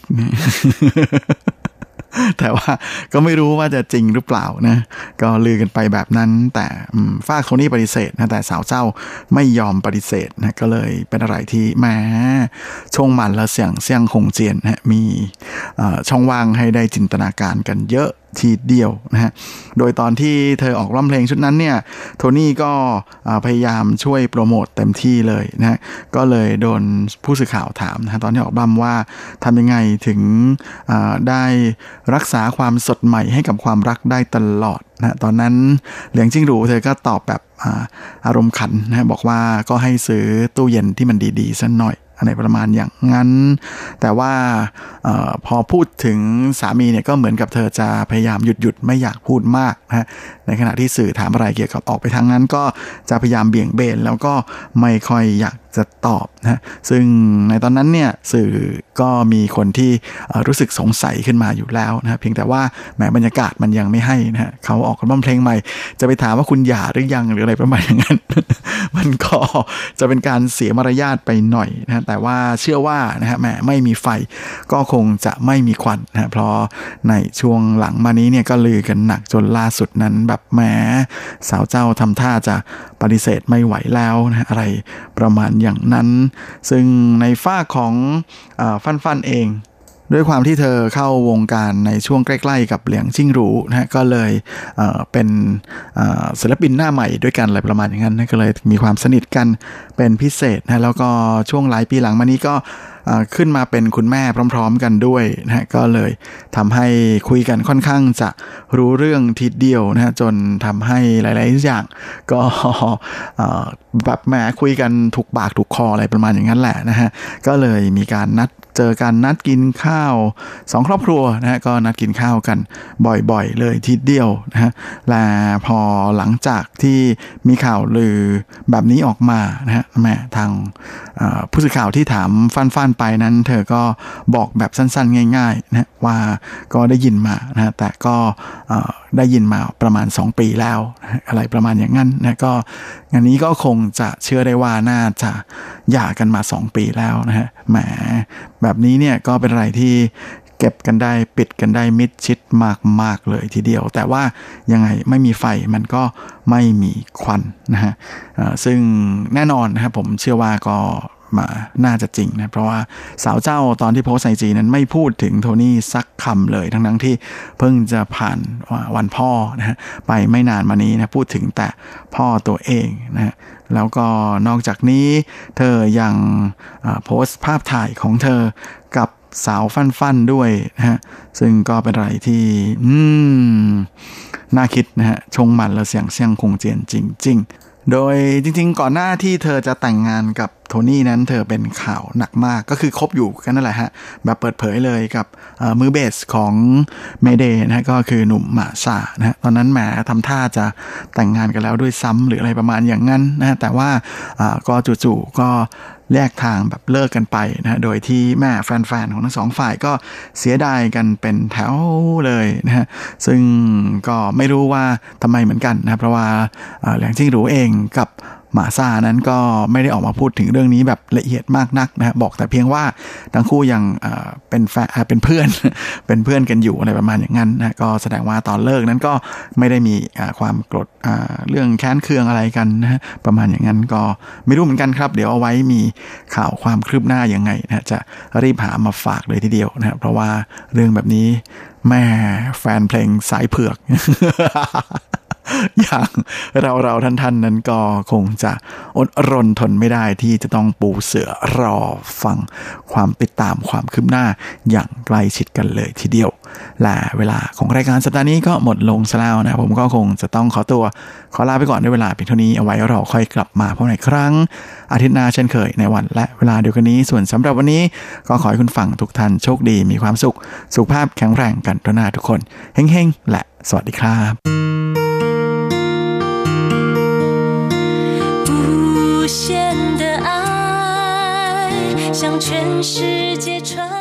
แต่ว่าก็ไม่รู้ว่าจะจริงหรือเปล่านะก็ลือกันไปแบบนั้นแต่ฝ้าโทนี่ปฏิเสธนะแต่สาวเจ้าไม่ยอมปฏิเสธนะก็เลยเป็นอะไรที่แหมช่วงมันและเสียงคงเจียนนะมีช่องว่างให้ได้จินตนาการกันเยอะทีเดียวนะฮะโดยตอนที่เธอออกร้องเพลงชุดนั้นเนี่ยโทนี่ก็พยายามช่วยโปรโมทเต็มที่เลยนะฮะก็เลยโดนผู้สื่อข่าวถามนะตอนที่ออกบัมว่าทำยังไงถึงได้รักษาความสดใหม่ให้กับความรักได้ตลอดนะตอนนั้นเหลียงจิ้งหรูเธอก็ตอบแบบอารมณ์ขันนะบอกว่าก็ให้ซื้อตู้เย็นที่มันดีๆสักหน่อยอะไรประมาณอย่างนั้นแต่ว่าพอพูดถึงสามีเนี่ยก็เหมือนกับเธอจะพยายามหยุดไม่อยากพูดมากนะในขณะที่สื่อถามอะไรเกี่ยวกับออกไปทางนั้นก็จะพยายามเบี่ยงเบนแล้วก็ไม่ค่อยอยากจะตอบนะซึ่งในตอนนั้นเนี่ยสื่อก็มีคนที่รู้สึกสงสัยขึ้นมาอยู่แล้วนะเพียงแต่ว่าแหมบรรยากาศมันยังไม่ให้นะเขาออกอัลบั้มเพลงใหม่จะไปถามว่าคุณหย่าหรือยังหรืออะไรประมาณอย่างนั้น มันก็จะเป็นการเสียมารยาทไปหน่อยนะแต่ว่าเชื่อว่านะฮะแหมไม่มีไฟก็คงจะไม่มีควันนะเพราะในช่วงหลังมานี้เนี่ยก็ลือกันหนักจนล่าสุดนั้นแบบแหมสาวเจ้าทำท่าจะปฏิเสธไม่ไหวแล้วนะอะไรประมาณอย่างนั้นซึ่งในฝ้าของฟันเองด้วยความที่เธอเข้าวงการในช่วงใกล้ๆกับเหลียงจิ้งหรูนะฮะก็เลยเป็นศิลปินหน้าใหม่ด้วยกันอะไรประมาณอย่างนั้นนะก็เลยมีความสนิทกันเป็นพิเศษนะแล้วก็ช่วงหลายปีหลังมานี้ก็ขึ้นมาเป็นคุณแม่พร้อมๆกันด้วยนะฮะก็เลยทำให้คุยกันค่อนข้างจะรู้เรื่องทีเดียวนะฮะจนทำให้หลายๆอย่างก็แบบแหมคุยกันถูกปากถูกคออะไรประมาณอย่างนั้นแหละนะฮะก็เลยมีการนัดเจอกันนัดกินข้าว2ครอบครัวนะฮะก็นัดกินข้าวกันบ่อยๆเลยทีเดียวนะฮะและพอหลังจากที่มีข่าวลือแบบนี้ออกมานะฮะแม่ทางผู้สื่อข่าวที่ถามฟันไปนั้นเธอก็บอกแบบสั้นๆง่ายๆนะว่าก็ได้ยินมานะแต่ก็ได้ยินมาประมาณ2ปีแล้วนะอะไรประมาณอย่างนั้นนะก็งานนี้ก็คงจะเชื่อได้ว่าน่าจะหย่ากันมา2ปีแล้วนะฮะแหมแบบนี้เนี่ยก็เป็นอะไรที่เก็บกันได้ปิดกันได้มิดชิดมากๆเลยทีเดียวแต่ว่ายังไงไม่มีไฟมันก็ไม่มีควันนะฮะซึ่งแน่นอนนะครับผมเชื่อว่าก็มาน่าจะจริงนะเพราะว่าสาวเจ้าตอนที่โพสต์ไอจีนั้นไม่พูดถึงโทนี่สักคำเลยทั้งที่เพิ่งจะผ่านวันพ่อนะฮะไปไม่นานมานี้นะพูดถึงแต่พ่อตัวเองนะฮะแล้วก็นอกจากนี้เธอยังโพสต์ภาพถ่ายของเธอกับสาวฟันด้วยนะฮะซึ่งก็เป็นอะไรที่น่าคิดนะฮะชงมันและเสียงคงเจียนจริงๆโดยจริงๆก่อนหน้าที่เธอจะแต่งงานกับโทนี่นั้นเธอเป็นข่าวหนักมากก็คือคบอยู่กันนั่นแหละฮะแบบเปิดเผยเลยกับมือเบสของเมเดย์นะก็คือหนุ่มหมาซานะฮะตอนนั้นแหมทำท่าจะแต่งงานกันแล้วด้วยซ้ำหรืออะไรประมาณอย่างนั้นนะแต่ว่าก็จู่ๆก็แยกทางแบบเลิกกันไปนะโดยที่แม่แฟนๆของทั้งสองฝ่ายก็เสียดายกันเป็นแถวเลยนะฮะซึ่งก็ไม่รู้ว่าทำไมเหมือนกันนะเพราะว่าเหลียงจิ้งหรูเองกับหมาซานั้นก็ไม่ได้ออกมาพูดถึงเรื่องนี้แบบละเอียดมากนักนะบอกแต่เพียงว่าทั้งคู่ยังเป็นเพื่อน เป็นเพื่อนกันอยู่อะไรประมาณอย่างนั้นนะก็แสดงว่าตอนเลิกนั้นก็ไม่ได้มีความโกรธเรื่องแค้นเคืองอะไรกันนะประมาณอย่างนั้นก็ไม่รู้เหมือนกันครับเดี๋ยวเอาไว้มีข่าวความคืบหน้ายังไงนะจะรีบหามาฝากเลยทีเดียวนะเพราะว่าเรื่องแบบนี้แม่แฟนเพลงสายเผือกอย่างเราท่านนั้นก็คงจะอดรนทนไม่ได้ที่จะต้องปูเสือรอฟังความติดตามความคืบหน้าอย่างใกล้ชิดกันเลยทีเดียวและเวลาของรายการสัปดาห์นี้ก็หมดลงซะแล้วนะผมก็คงจะต้องขอลาไปก่อนด้วยเวลาเพียงเท่านี้เอาไว้เราค่อยกลับมาพบกันอีกครั้งอาทิตย์หน้าเช่นเคยในวันและเวลาเดียวกันนี้ส่วนสำหรับวันนี้ก็ขอให้คุณฟังทุกท่านโชคดีมีความสุขสุขภาพแข็งแรงกันทุกหน้าทุกคนเฮ้งๆและสวัสดีครับ无限的爱向全世界传